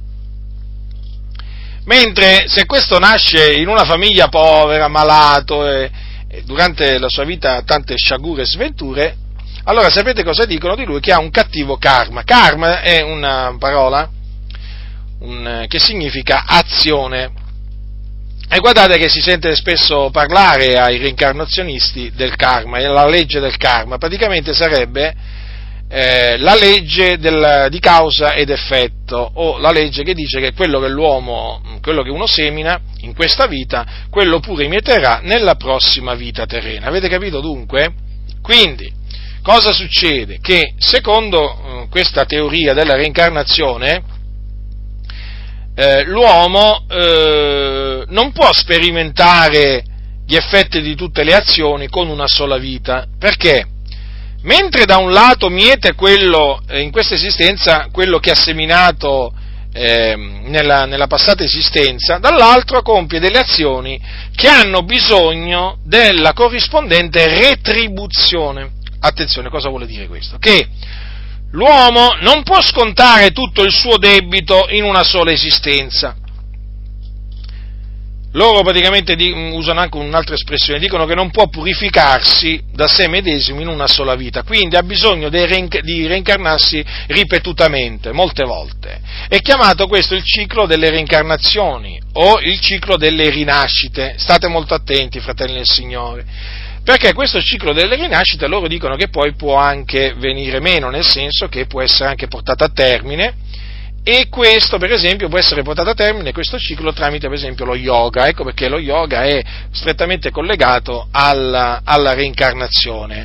Mentre se questo nasce in una famiglia povera, malato e, e durante la sua vita ha tante sciagure e sventure, allora sapete cosa dicono di lui? Che ha un cattivo karma. Karma è una parola Un, che significa azione, e guardate che si sente spesso parlare ai reincarnazionisti del karma, la legge del karma praticamente sarebbe eh, la legge del, di causa ed effetto, o la legge che dice che quello che l'uomo, quello che uno semina in questa vita, quello pure mieterà nella prossima vita terrena. Avete capito dunque? Quindi, cosa succede? Che secondo eh, questa teoria della reincarnazione, Eh, l'uomo eh, non può sperimentare gli effetti di tutte le azioni con una sola vita, perché mentre da un lato miete quello eh, in questa esistenza, quello che ha seminato eh, nella, nella passata esistenza, dall'altro compie delle azioni che hanno bisogno della corrispondente retribuzione. Attenzione, cosa vuole dire questo? Che l'uomo non può scontare tutto il suo debito in una sola esistenza. loro praticamente di, usano anche un'altra espressione, dicono che non può purificarsi da sé medesimo in una sola vita, quindi ha bisogno di, reinc- di reincarnarsi ripetutamente, molte volte. È chiamato questo il ciclo delle reincarnazioni o il ciclo delle rinascite. State molto attenti, fratelli del Signore, perché questo ciclo delle rinascite loro dicono che poi può anche venire meno, nel senso che può essere anche portato a termine. E questo, per esempio, può essere portato a termine, questo ciclo, tramite, per esempio, lo yoga. Ecco perché lo yoga è strettamente collegato alla, alla reincarnazione.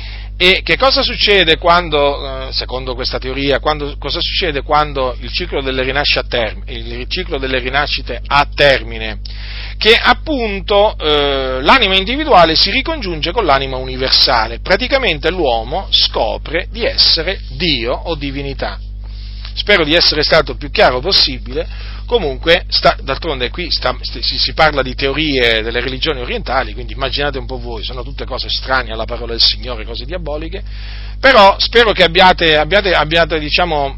E che cosa succede quando, secondo questa teoria, quando, cosa succede quando il ciclo delle rinascite a termine, il ciclo delle rinascite a termine? Che appunto eh, l'anima individuale si ricongiunge con l'anima universale. Praticamente l'uomo scopre di essere Dio o divinità. Spero di essere stato il più chiaro possibile. Comunque, sta, d'altronde qui sta, si, si parla di teorie delle religioni orientali, quindi immaginate un po' voi, sono tutte cose strane alla parola del Signore, cose diaboliche, però spero che abbiate, abbiate, abbiate diciamo,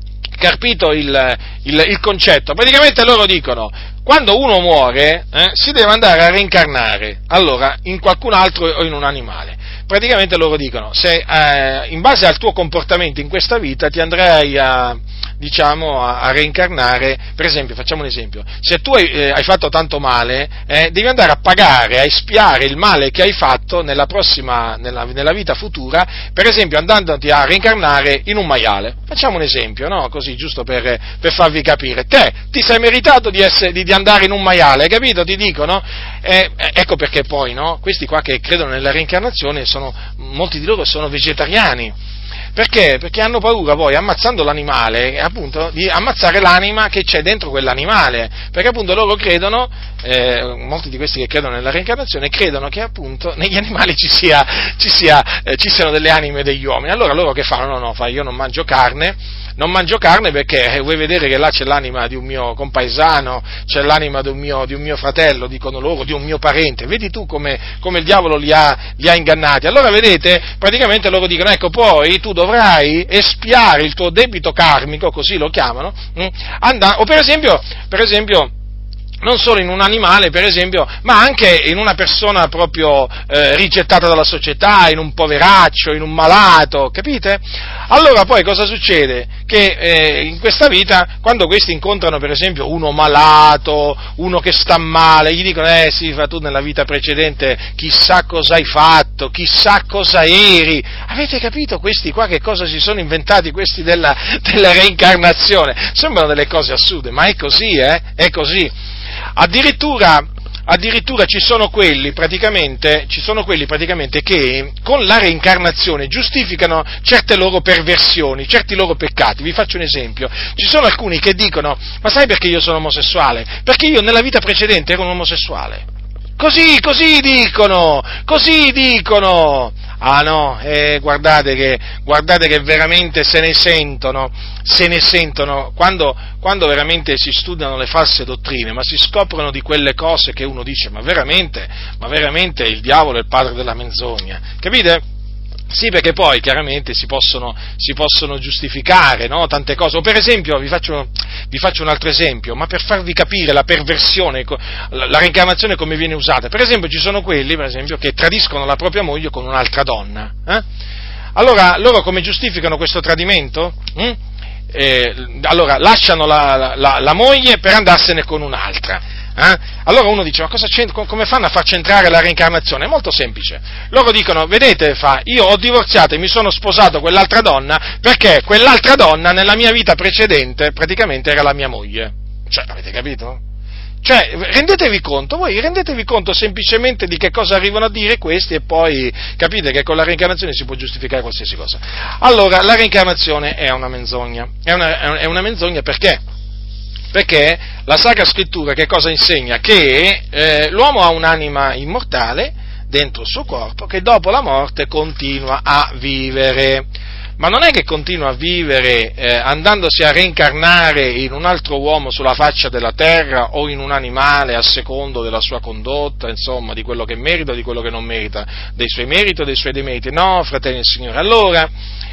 capito il, il, il concetto. Praticamente loro dicono, quando uno muore eh, si deve andare a reincarnare, allora, in qualcun altro o in un animale. Praticamente loro dicono, se eh, in base al tuo comportamento in questa vita ti andrai a, diciamo, a, a reincarnare, per esempio, facciamo un esempio, se tu hai, eh, hai fatto tanto male, eh, devi andare a pagare, a espiare il male che hai fatto nella prossima, nella, nella vita futura, per esempio andandoti a reincarnare in un maiale. Facciamo un esempio, no? Così, giusto per, per farvi capire. Te, ti sei meritato di, essere, di, di andare in un maiale, capito? Ti dicono? Eh, ecco perché poi, no? Questi qua che credono nella reincarnazione sono, molti di loro sono vegetariani. Perché? Perché hanno paura poi, ammazzando l'animale, appunto, di ammazzare l'anima che c'è dentro quell'animale, perché appunto loro credono, eh, molti di questi che credono nella reincarnazione, credono che appunto negli animali ci sia, ci sia, eh, ci siano delle anime degli uomini. Allora loro che fanno? No, no, fa, io non mangio carne, non mangio carne perché eh, vuoi vedere che là c'è l'anima di un mio compaesano, c'è l'anima di un mio, di un mio fratello, dicono loro, di un mio parente, vedi tu come, come il diavolo li ha, li ha ingannati. Allora vedete, praticamente loro dicono, ecco, poi tu dovrai espiare il tuo debito karmico, così lo chiamano, mh, and- o per esempio, per esempio, non solo in un animale, per esempio, ma anche in una persona proprio eh, rigettata dalla società, in un poveraccio, in un malato, capite? Allora poi cosa succede? Che eh, in questa vita, quando questi incontrano per esempio uno malato, uno che sta male, gli dicono, eh sì, fa tu nella vita precedente, chissà cosa hai fatto, chissà cosa eri. Avete capito questi qua che cosa si sono inventati, questi della, della reincarnazione? Sembrano delle cose assurde, ma è così, eh? È così. Addirittura, addirittura ci sono quelli praticamente, ci sono quelli praticamente che con la reincarnazione giustificano certe loro perversioni, certi loro peccati. Vi faccio un esempio. Ci sono alcuni che dicono, ma sai perché io sono omosessuale? Perché io nella vita precedente ero un omosessuale. Così, così dicono, così dicono. Ah no, eh, guardate che, guardate che veramente se ne sentono, se ne sentono, quando, quando veramente si studiano le false dottrine, ma si scoprono di quelle cose che uno dice, ma veramente, ma veramente il diavolo è il padre della menzogna, capite? Sì, perché poi chiaramente si possono, si possono giustificare, no? Tante cose. O per esempio, vi faccio, vi faccio un altro esempio, ma per farvi capire la perversione, la, la reincarnazione come viene usata. Per esempio, ci sono quelli, per esempio, che tradiscono la propria moglie con un'altra donna. Eh? Allora, loro come giustificano questo tradimento? Hm? Eh, allora, lasciano la, la, la moglie per andarsene con un'altra. Eh? Allora uno dice, ma cosa come fanno a far centrare la reincarnazione? È molto semplice. Loro dicono, vedete, fa, io ho divorziato e mi sono sposato quell'altra donna perché quell'altra donna nella mia vita precedente praticamente era la mia moglie. Cioè, avete capito? Cioè, rendetevi conto, voi rendetevi conto semplicemente di che cosa arrivano a dire questi e poi capite che con la reincarnazione si può giustificare qualsiasi cosa. Allora, la reincarnazione è una menzogna. È una, è una menzogna perché? Perché la Sacra Scrittura che cosa insegna? Che eh, l'uomo ha un'anima immortale dentro il suo corpo che dopo la morte continua a vivere. Ma non è che continua a vivere eh, andandosi a reincarnare in un altro uomo sulla faccia della terra o in un animale a secondo della sua condotta, insomma, di quello che merita o di quello che non merita, dei suoi meriti o dei suoi demeriti. No, fratelli del Signore. Allora,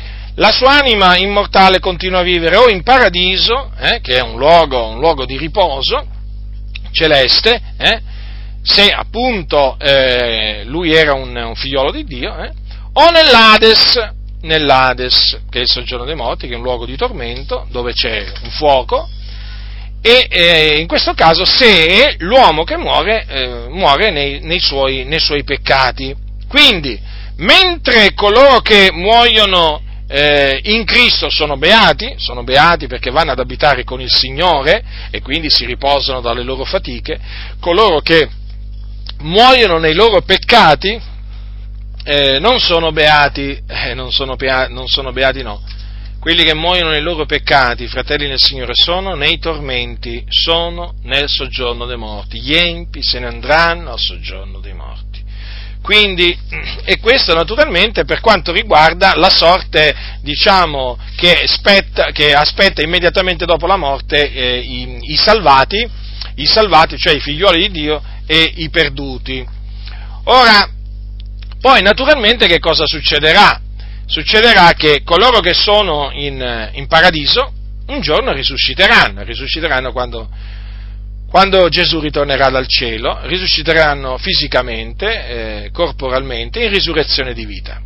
la sua anima immortale continua a vivere o in paradiso, eh, che è un luogo, un luogo di riposo, celeste, eh, se appunto eh, lui era un, un figliolo di Dio, eh, o nell'Ades, nell'Ades, che è il soggiorno dei morti, che è un luogo di tormento, dove c'è un fuoco, e eh, in questo caso se l'uomo che muore, eh, muore nei, nei, suoi, nei suoi peccati. Quindi, mentre coloro che muoiono eh, in Cristo sono beati, sono beati perché vanno ad abitare con il Signore e quindi si riposano dalle loro fatiche, coloro che muoiono nei loro peccati eh, non sono beati, eh, non sono, pea- non sono beati no, quelli che muoiono nei loro peccati, fratelli nel Signore, sono nei tormenti, sono nel soggiorno dei morti, gli empi se ne andranno al soggiorno dei morti. Quindi, e questo naturalmente per quanto riguarda la sorte, diciamo, che aspetta, che aspetta immediatamente dopo la morte eh, i, i salvati, i salvati, cioè i figlioli di Dio e i perduti. Ora, poi naturalmente che cosa succederà? Succederà che coloro che sono in, in paradiso un giorno risusciteranno, risusciteranno quando, quando Gesù ritornerà dal cielo, risusciteranno fisicamente, eh, corporalmente, in risurrezione di vita.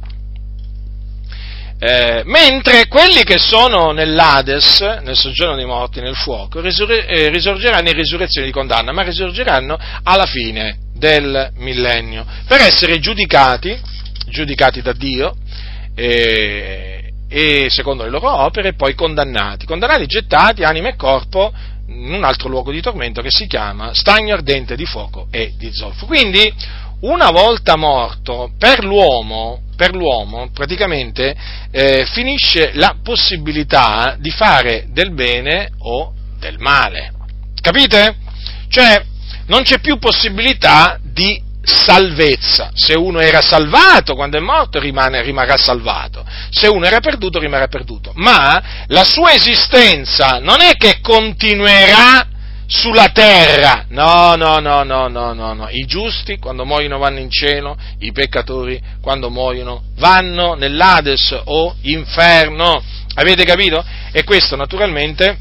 Eh, mentre quelli che sono nell'Ades, nel soggiorno dei morti, nel fuoco, risurre, eh, risorgeranno in risurrezione di condanna, ma risorgeranno alla fine del millennio, per essere giudicati, giudicati da Dio, e, e secondo le loro opere, poi condannati, condannati, gettati, anima e corpo, in un altro luogo di tormento che si chiama stagno ardente di fuoco e di zolfo. Quindi, una volta morto, per l'uomo, per l'uomo praticamente eh, finisce la possibilità di fare del bene o del male. Capite? Cioè, non c'è più possibilità di salvezza. Se uno era salvato quando è morto, rimane, rimarrà salvato. Se uno era perduto, rimarrà perduto. Ma la sua esistenza non è che continuerà sulla terra. No, no, no, no, no, no, no. I giusti quando muoiono vanno in cielo, i peccatori quando muoiono vanno nell'Ades o inferno. Avete capito? E questo naturalmente,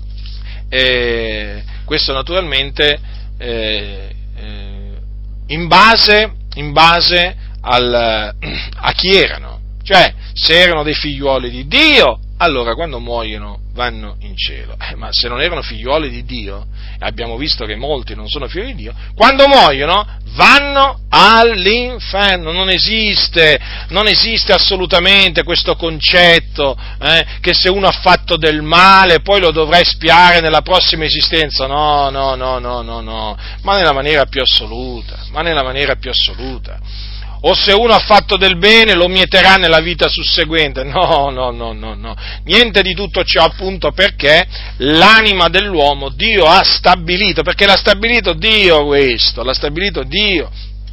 eh, questo naturalmente eh, eh, in base, in base al, a chi erano. Cioè, se erano dei figliuoli di Dio, allora quando muoiono vanno in cielo. Eh, ma se non erano figliuoli di Dio, e abbiamo visto che molti non sono figli di Dio, quando muoiono vanno all'inferno. Non esiste, non esiste assolutamente questo concetto eh, che se uno ha fatto del male poi lo dovrà espiare nella prossima esistenza. No, no, no, no, no, no, ma nella maniera più assoluta, ma nella maniera più assoluta. O se uno ha fatto del bene lo mieterà nella vita susseguente. No, no, no, no, no. Niente di tutto ciò, appunto perché l'anima dell'uomo Dio ha stabilito, perché l'ha stabilito Dio questo, l'ha stabilito Dio.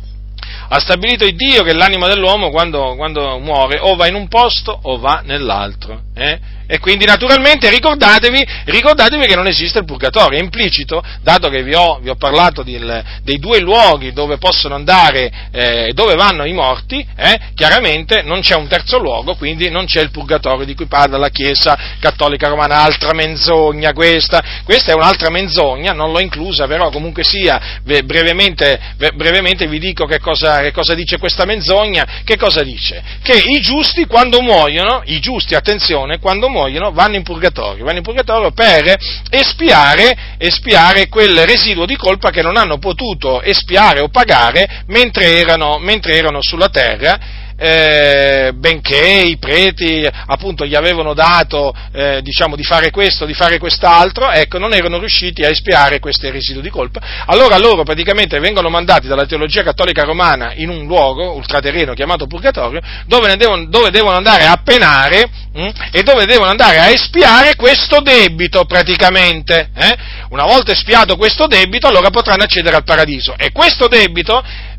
Ha stabilito il Dio che l'anima dell'uomo quando, quando muore o va in un posto o va nell'altro. Eh? E quindi naturalmente ricordatevi, ricordatevi che non esiste il purgatorio, è implicito, dato che vi ho, vi ho parlato di, dei due luoghi dove possono andare, eh, dove vanno i morti, eh, chiaramente non c'è un terzo luogo, quindi non c'è il purgatorio di cui parla la Chiesa Cattolica Romana. Altra menzogna questa, questa è un'altra menzogna, non l'ho inclusa, però comunque sia, brevemente, brevemente vi dico che cosa, che cosa dice questa menzogna. Che cosa dice? Che i giusti quando muoiono, i giusti, attenzione, quando muoiono vanno in purgatorio, vanno in purgatorio per espiare, espiare quel residuo di colpa che non hanno potuto espiare o pagare mentre erano, mentre erano sulla terra, eh, benché i preti appunto gli avevano dato eh, diciamo di fare questo, di fare quest'altro, ecco, non erano riusciti a espiare questo residuo di colpa. Allora loro praticamente vengono mandati dalla teologia cattolica romana in un luogo ultraterreno chiamato purgatorio, dove, ne devono, dove devono andare a penare mh, e dove devono andare a espiare questo debito praticamente. Eh? Una volta espiato questo debito, allora potranno accedere al paradiso, e questo debito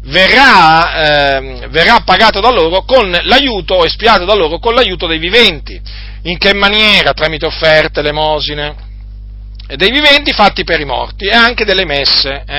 verrà, eh, verrà pagato da loro con l'aiuto, o espiato da loro con l'aiuto dei viventi. In che maniera? Tramite offerte, elemosine dei viventi fatti per i morti, e anche delle messe, eh,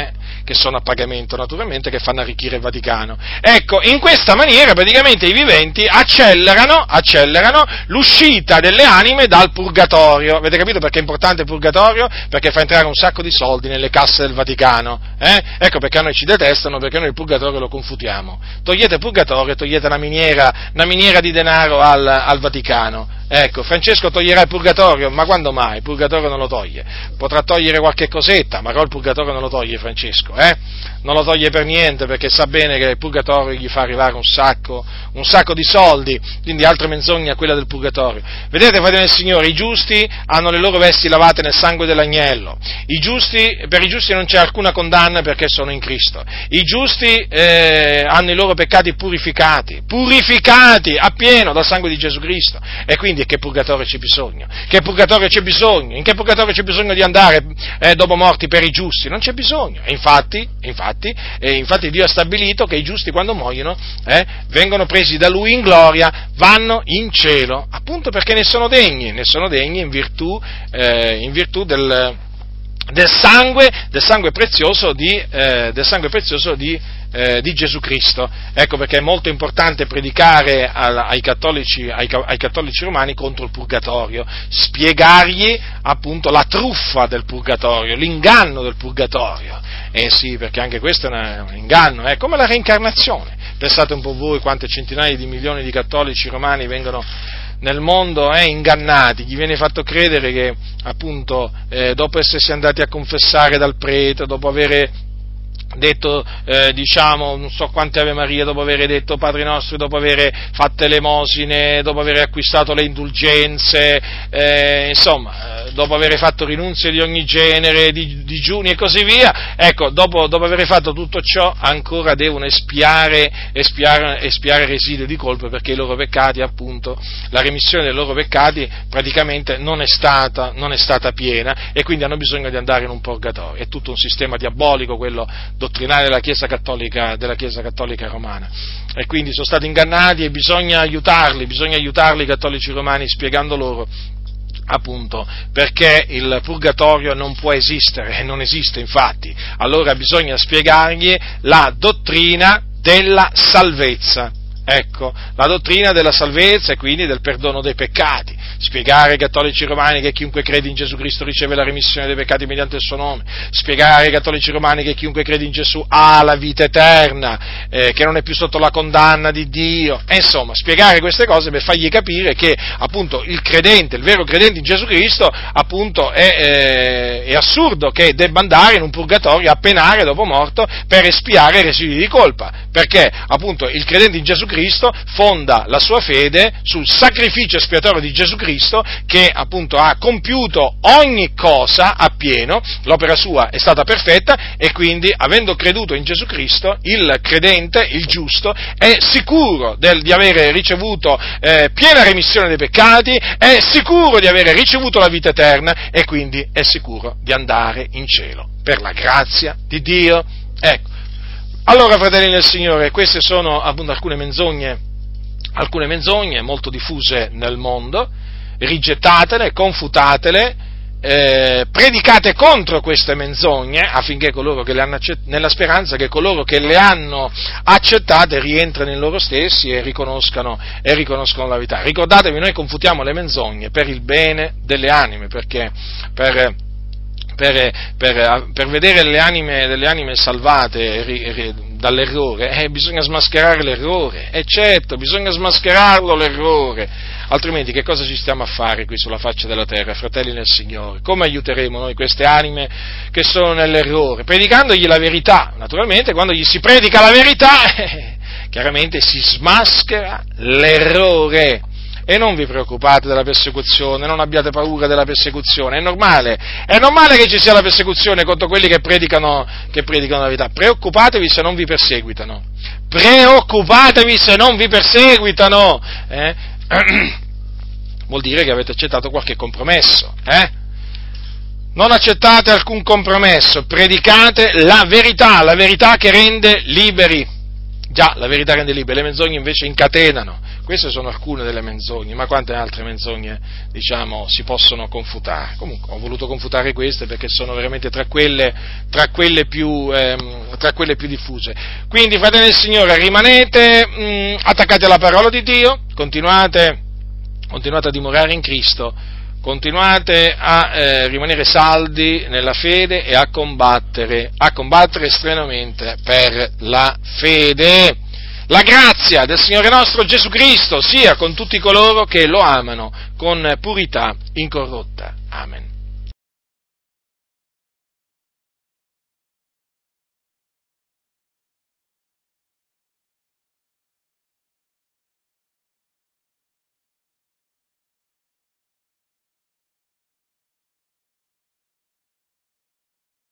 che sono a pagamento naturalmente, che fanno arricchire il Vaticano. Ecco, in questa maniera praticamente i viventi accelerano, accelerano l'uscita delle anime dal purgatorio. Avete capito perché è importante il purgatorio? Perché fa entrare un sacco di soldi nelle casse del Vaticano. Eh? Ecco perché a noi ci detestano, perché noi il purgatorio lo confutiamo. Togliete il purgatorio e togliete una miniera, una miniera di denaro al, al Vaticano. Ecco, Francesco toglierà il purgatorio, ma quando mai? Il purgatorio non lo toglie. Potrà togliere qualche cosetta, ma il purgatorio non lo toglie Francesco, eh? Non lo toglie per niente, perché sa bene che il purgatorio gli fa arrivare un sacco, un sacco di soldi, quindi altre menzogne a quella del purgatorio. Vedete, fratelli del Signore, i giusti hanno le loro vesti lavate nel sangue dell'agnello, i giusti, per i giusti non c'è alcuna condanna perché sono in Cristo, i giusti eh, hanno i loro peccati purificati, purificati appieno dal sangue di Gesù Cristo, e quindi che purgatorio c'è bisogno? Che purgatorio c'è bisogno? In che purgatorio c'è bisogno di andare eh, dopo morti per i giusti? Non c'è bisogno. E infatti, infatti, eh, infatti Dio ha stabilito che i giusti quando muoiono eh, vengono presi da Lui in gloria, vanno in cielo, appunto perché ne sono degni, ne sono degni in virtù, eh, in virtù del, del sangue, del sangue prezioso di, eh, del sangue prezioso di Eh, di Gesù Cristo. Ecco perché è molto importante predicare al, ai, cattolici, ai, ai cattolici romani contro il purgatorio, spiegargli appunto la truffa del purgatorio, l'inganno del purgatorio. Eh sì, perché anche questo è un inganno, è come la reincarnazione. Pensate un po' voi quante centinaia di milioni di cattolici romani vengono nel mondo eh, ingannati, gli viene fatto credere che appunto eh, dopo essersi andati a confessare dal prete, dopo avere detto, eh, diciamo, non so quante Ave Maria, dopo aver detto Padre Nostro, dopo aver fatto elemosine, dopo aver acquistato le indulgenze, eh, insomma, eh, dopo aver fatto rinunzie di ogni genere, di digiuni e così via, ecco, dopo, dopo aver fatto tutto ciò, ancora devono espiare, espiare, espiare residui di colpa, perché i loro peccati, appunto, la remissione dei loro peccati praticamente non è stata, non è stata piena, e quindi hanno bisogno di andare in un purgatorio. È tutto un sistema diabolico quello dottrinale della Chiesa Cattolica, della Chiesa Cattolica Romana, e quindi sono stati ingannati e bisogna aiutarli, bisogna aiutarli i cattolici romani spiegando loro appunto perché il purgatorio non può esistere, non esiste infatti, allora bisogna spiegargli la dottrina della salvezza. Ecco, la dottrina della salvezza e quindi del perdono dei peccati, spiegare ai cattolici romani che chiunque crede in Gesù Cristo riceve la remissione dei peccati mediante il suo nome, spiegare ai cattolici romani che chiunque crede in Gesù ha la vita eterna, eh, che non è più sotto la condanna di Dio, e insomma, spiegare queste cose per fargli capire che appunto il credente, il vero credente in Gesù Cristo, appunto è, eh, è assurdo che debba andare in un purgatorio a penare dopo morto per espiare i residui di colpa, perché appunto il credente in Gesù Cristo Cristo fonda la sua fede sul sacrificio espiatorio di Gesù Cristo, che appunto ha compiuto ogni cosa appieno, l'opera sua è stata perfetta, e quindi avendo creduto in Gesù Cristo il credente, il giusto, è sicuro del, di avere ricevuto eh, piena remissione dei peccati, è sicuro di avere ricevuto la vita eterna, e quindi è sicuro di andare in cielo per la grazia di Dio. Ecco. Allora, fratelli del Signore, queste sono appunto alcune menzogne, alcune menzogne molto diffuse nel mondo, rigettatele, confutatele, eh, predicate contro queste menzogne affinché coloro che le hanno accettate, nella speranza che coloro che le hanno accettate rientrino in loro stessi e riconoscano, e riconoscano la verità. Ricordatevi, noi confutiamo le menzogne per il bene delle anime, perché per Per, per, per vedere le anime, delle anime salvate ri, ri, dall'errore, eh, bisogna smascherare l'errore, e eh, certo, bisogna smascherarlo l'errore, altrimenti che cosa ci stiamo a fare qui sulla faccia della terra, fratelli nel Signore? Come aiuteremo noi queste anime che sono nell'errore? Predicandogli la verità. Naturalmente, quando gli si predica la verità, eh, chiaramente si smaschera l'errore. E non vi preoccupate della persecuzione, non abbiate paura della persecuzione, è normale, è normale che ci sia la persecuzione contro quelli che predicano, che predicano la verità. Preoccupatevi se non vi perseguitano, preoccupatevi se non vi perseguitano, eh? Vuol dire che avete accettato qualche compromesso, eh? Non accettate alcun compromesso, predicate la verità, la verità che rende liberi. Già, la verità rende liberi, le menzogne invece incatenano. Queste sono alcune delle menzogne, ma quante altre menzogne, diciamo, si possono confutare? Comunque, ho voluto confutare queste perché sono veramente tra quelle, tra quelle, più, ehm, tra quelle più diffuse. Quindi, fratelli del Signore, rimanete mh, attaccati alla parola di Dio, continuate, continuate a dimorare in Cristo, continuate a eh, rimanere saldi nella fede e a combattere, a combattere strenuamente per la fede. La grazia del Signore nostro Gesù Cristo sia con tutti coloro che lo amano con purità incorrotta. Amen.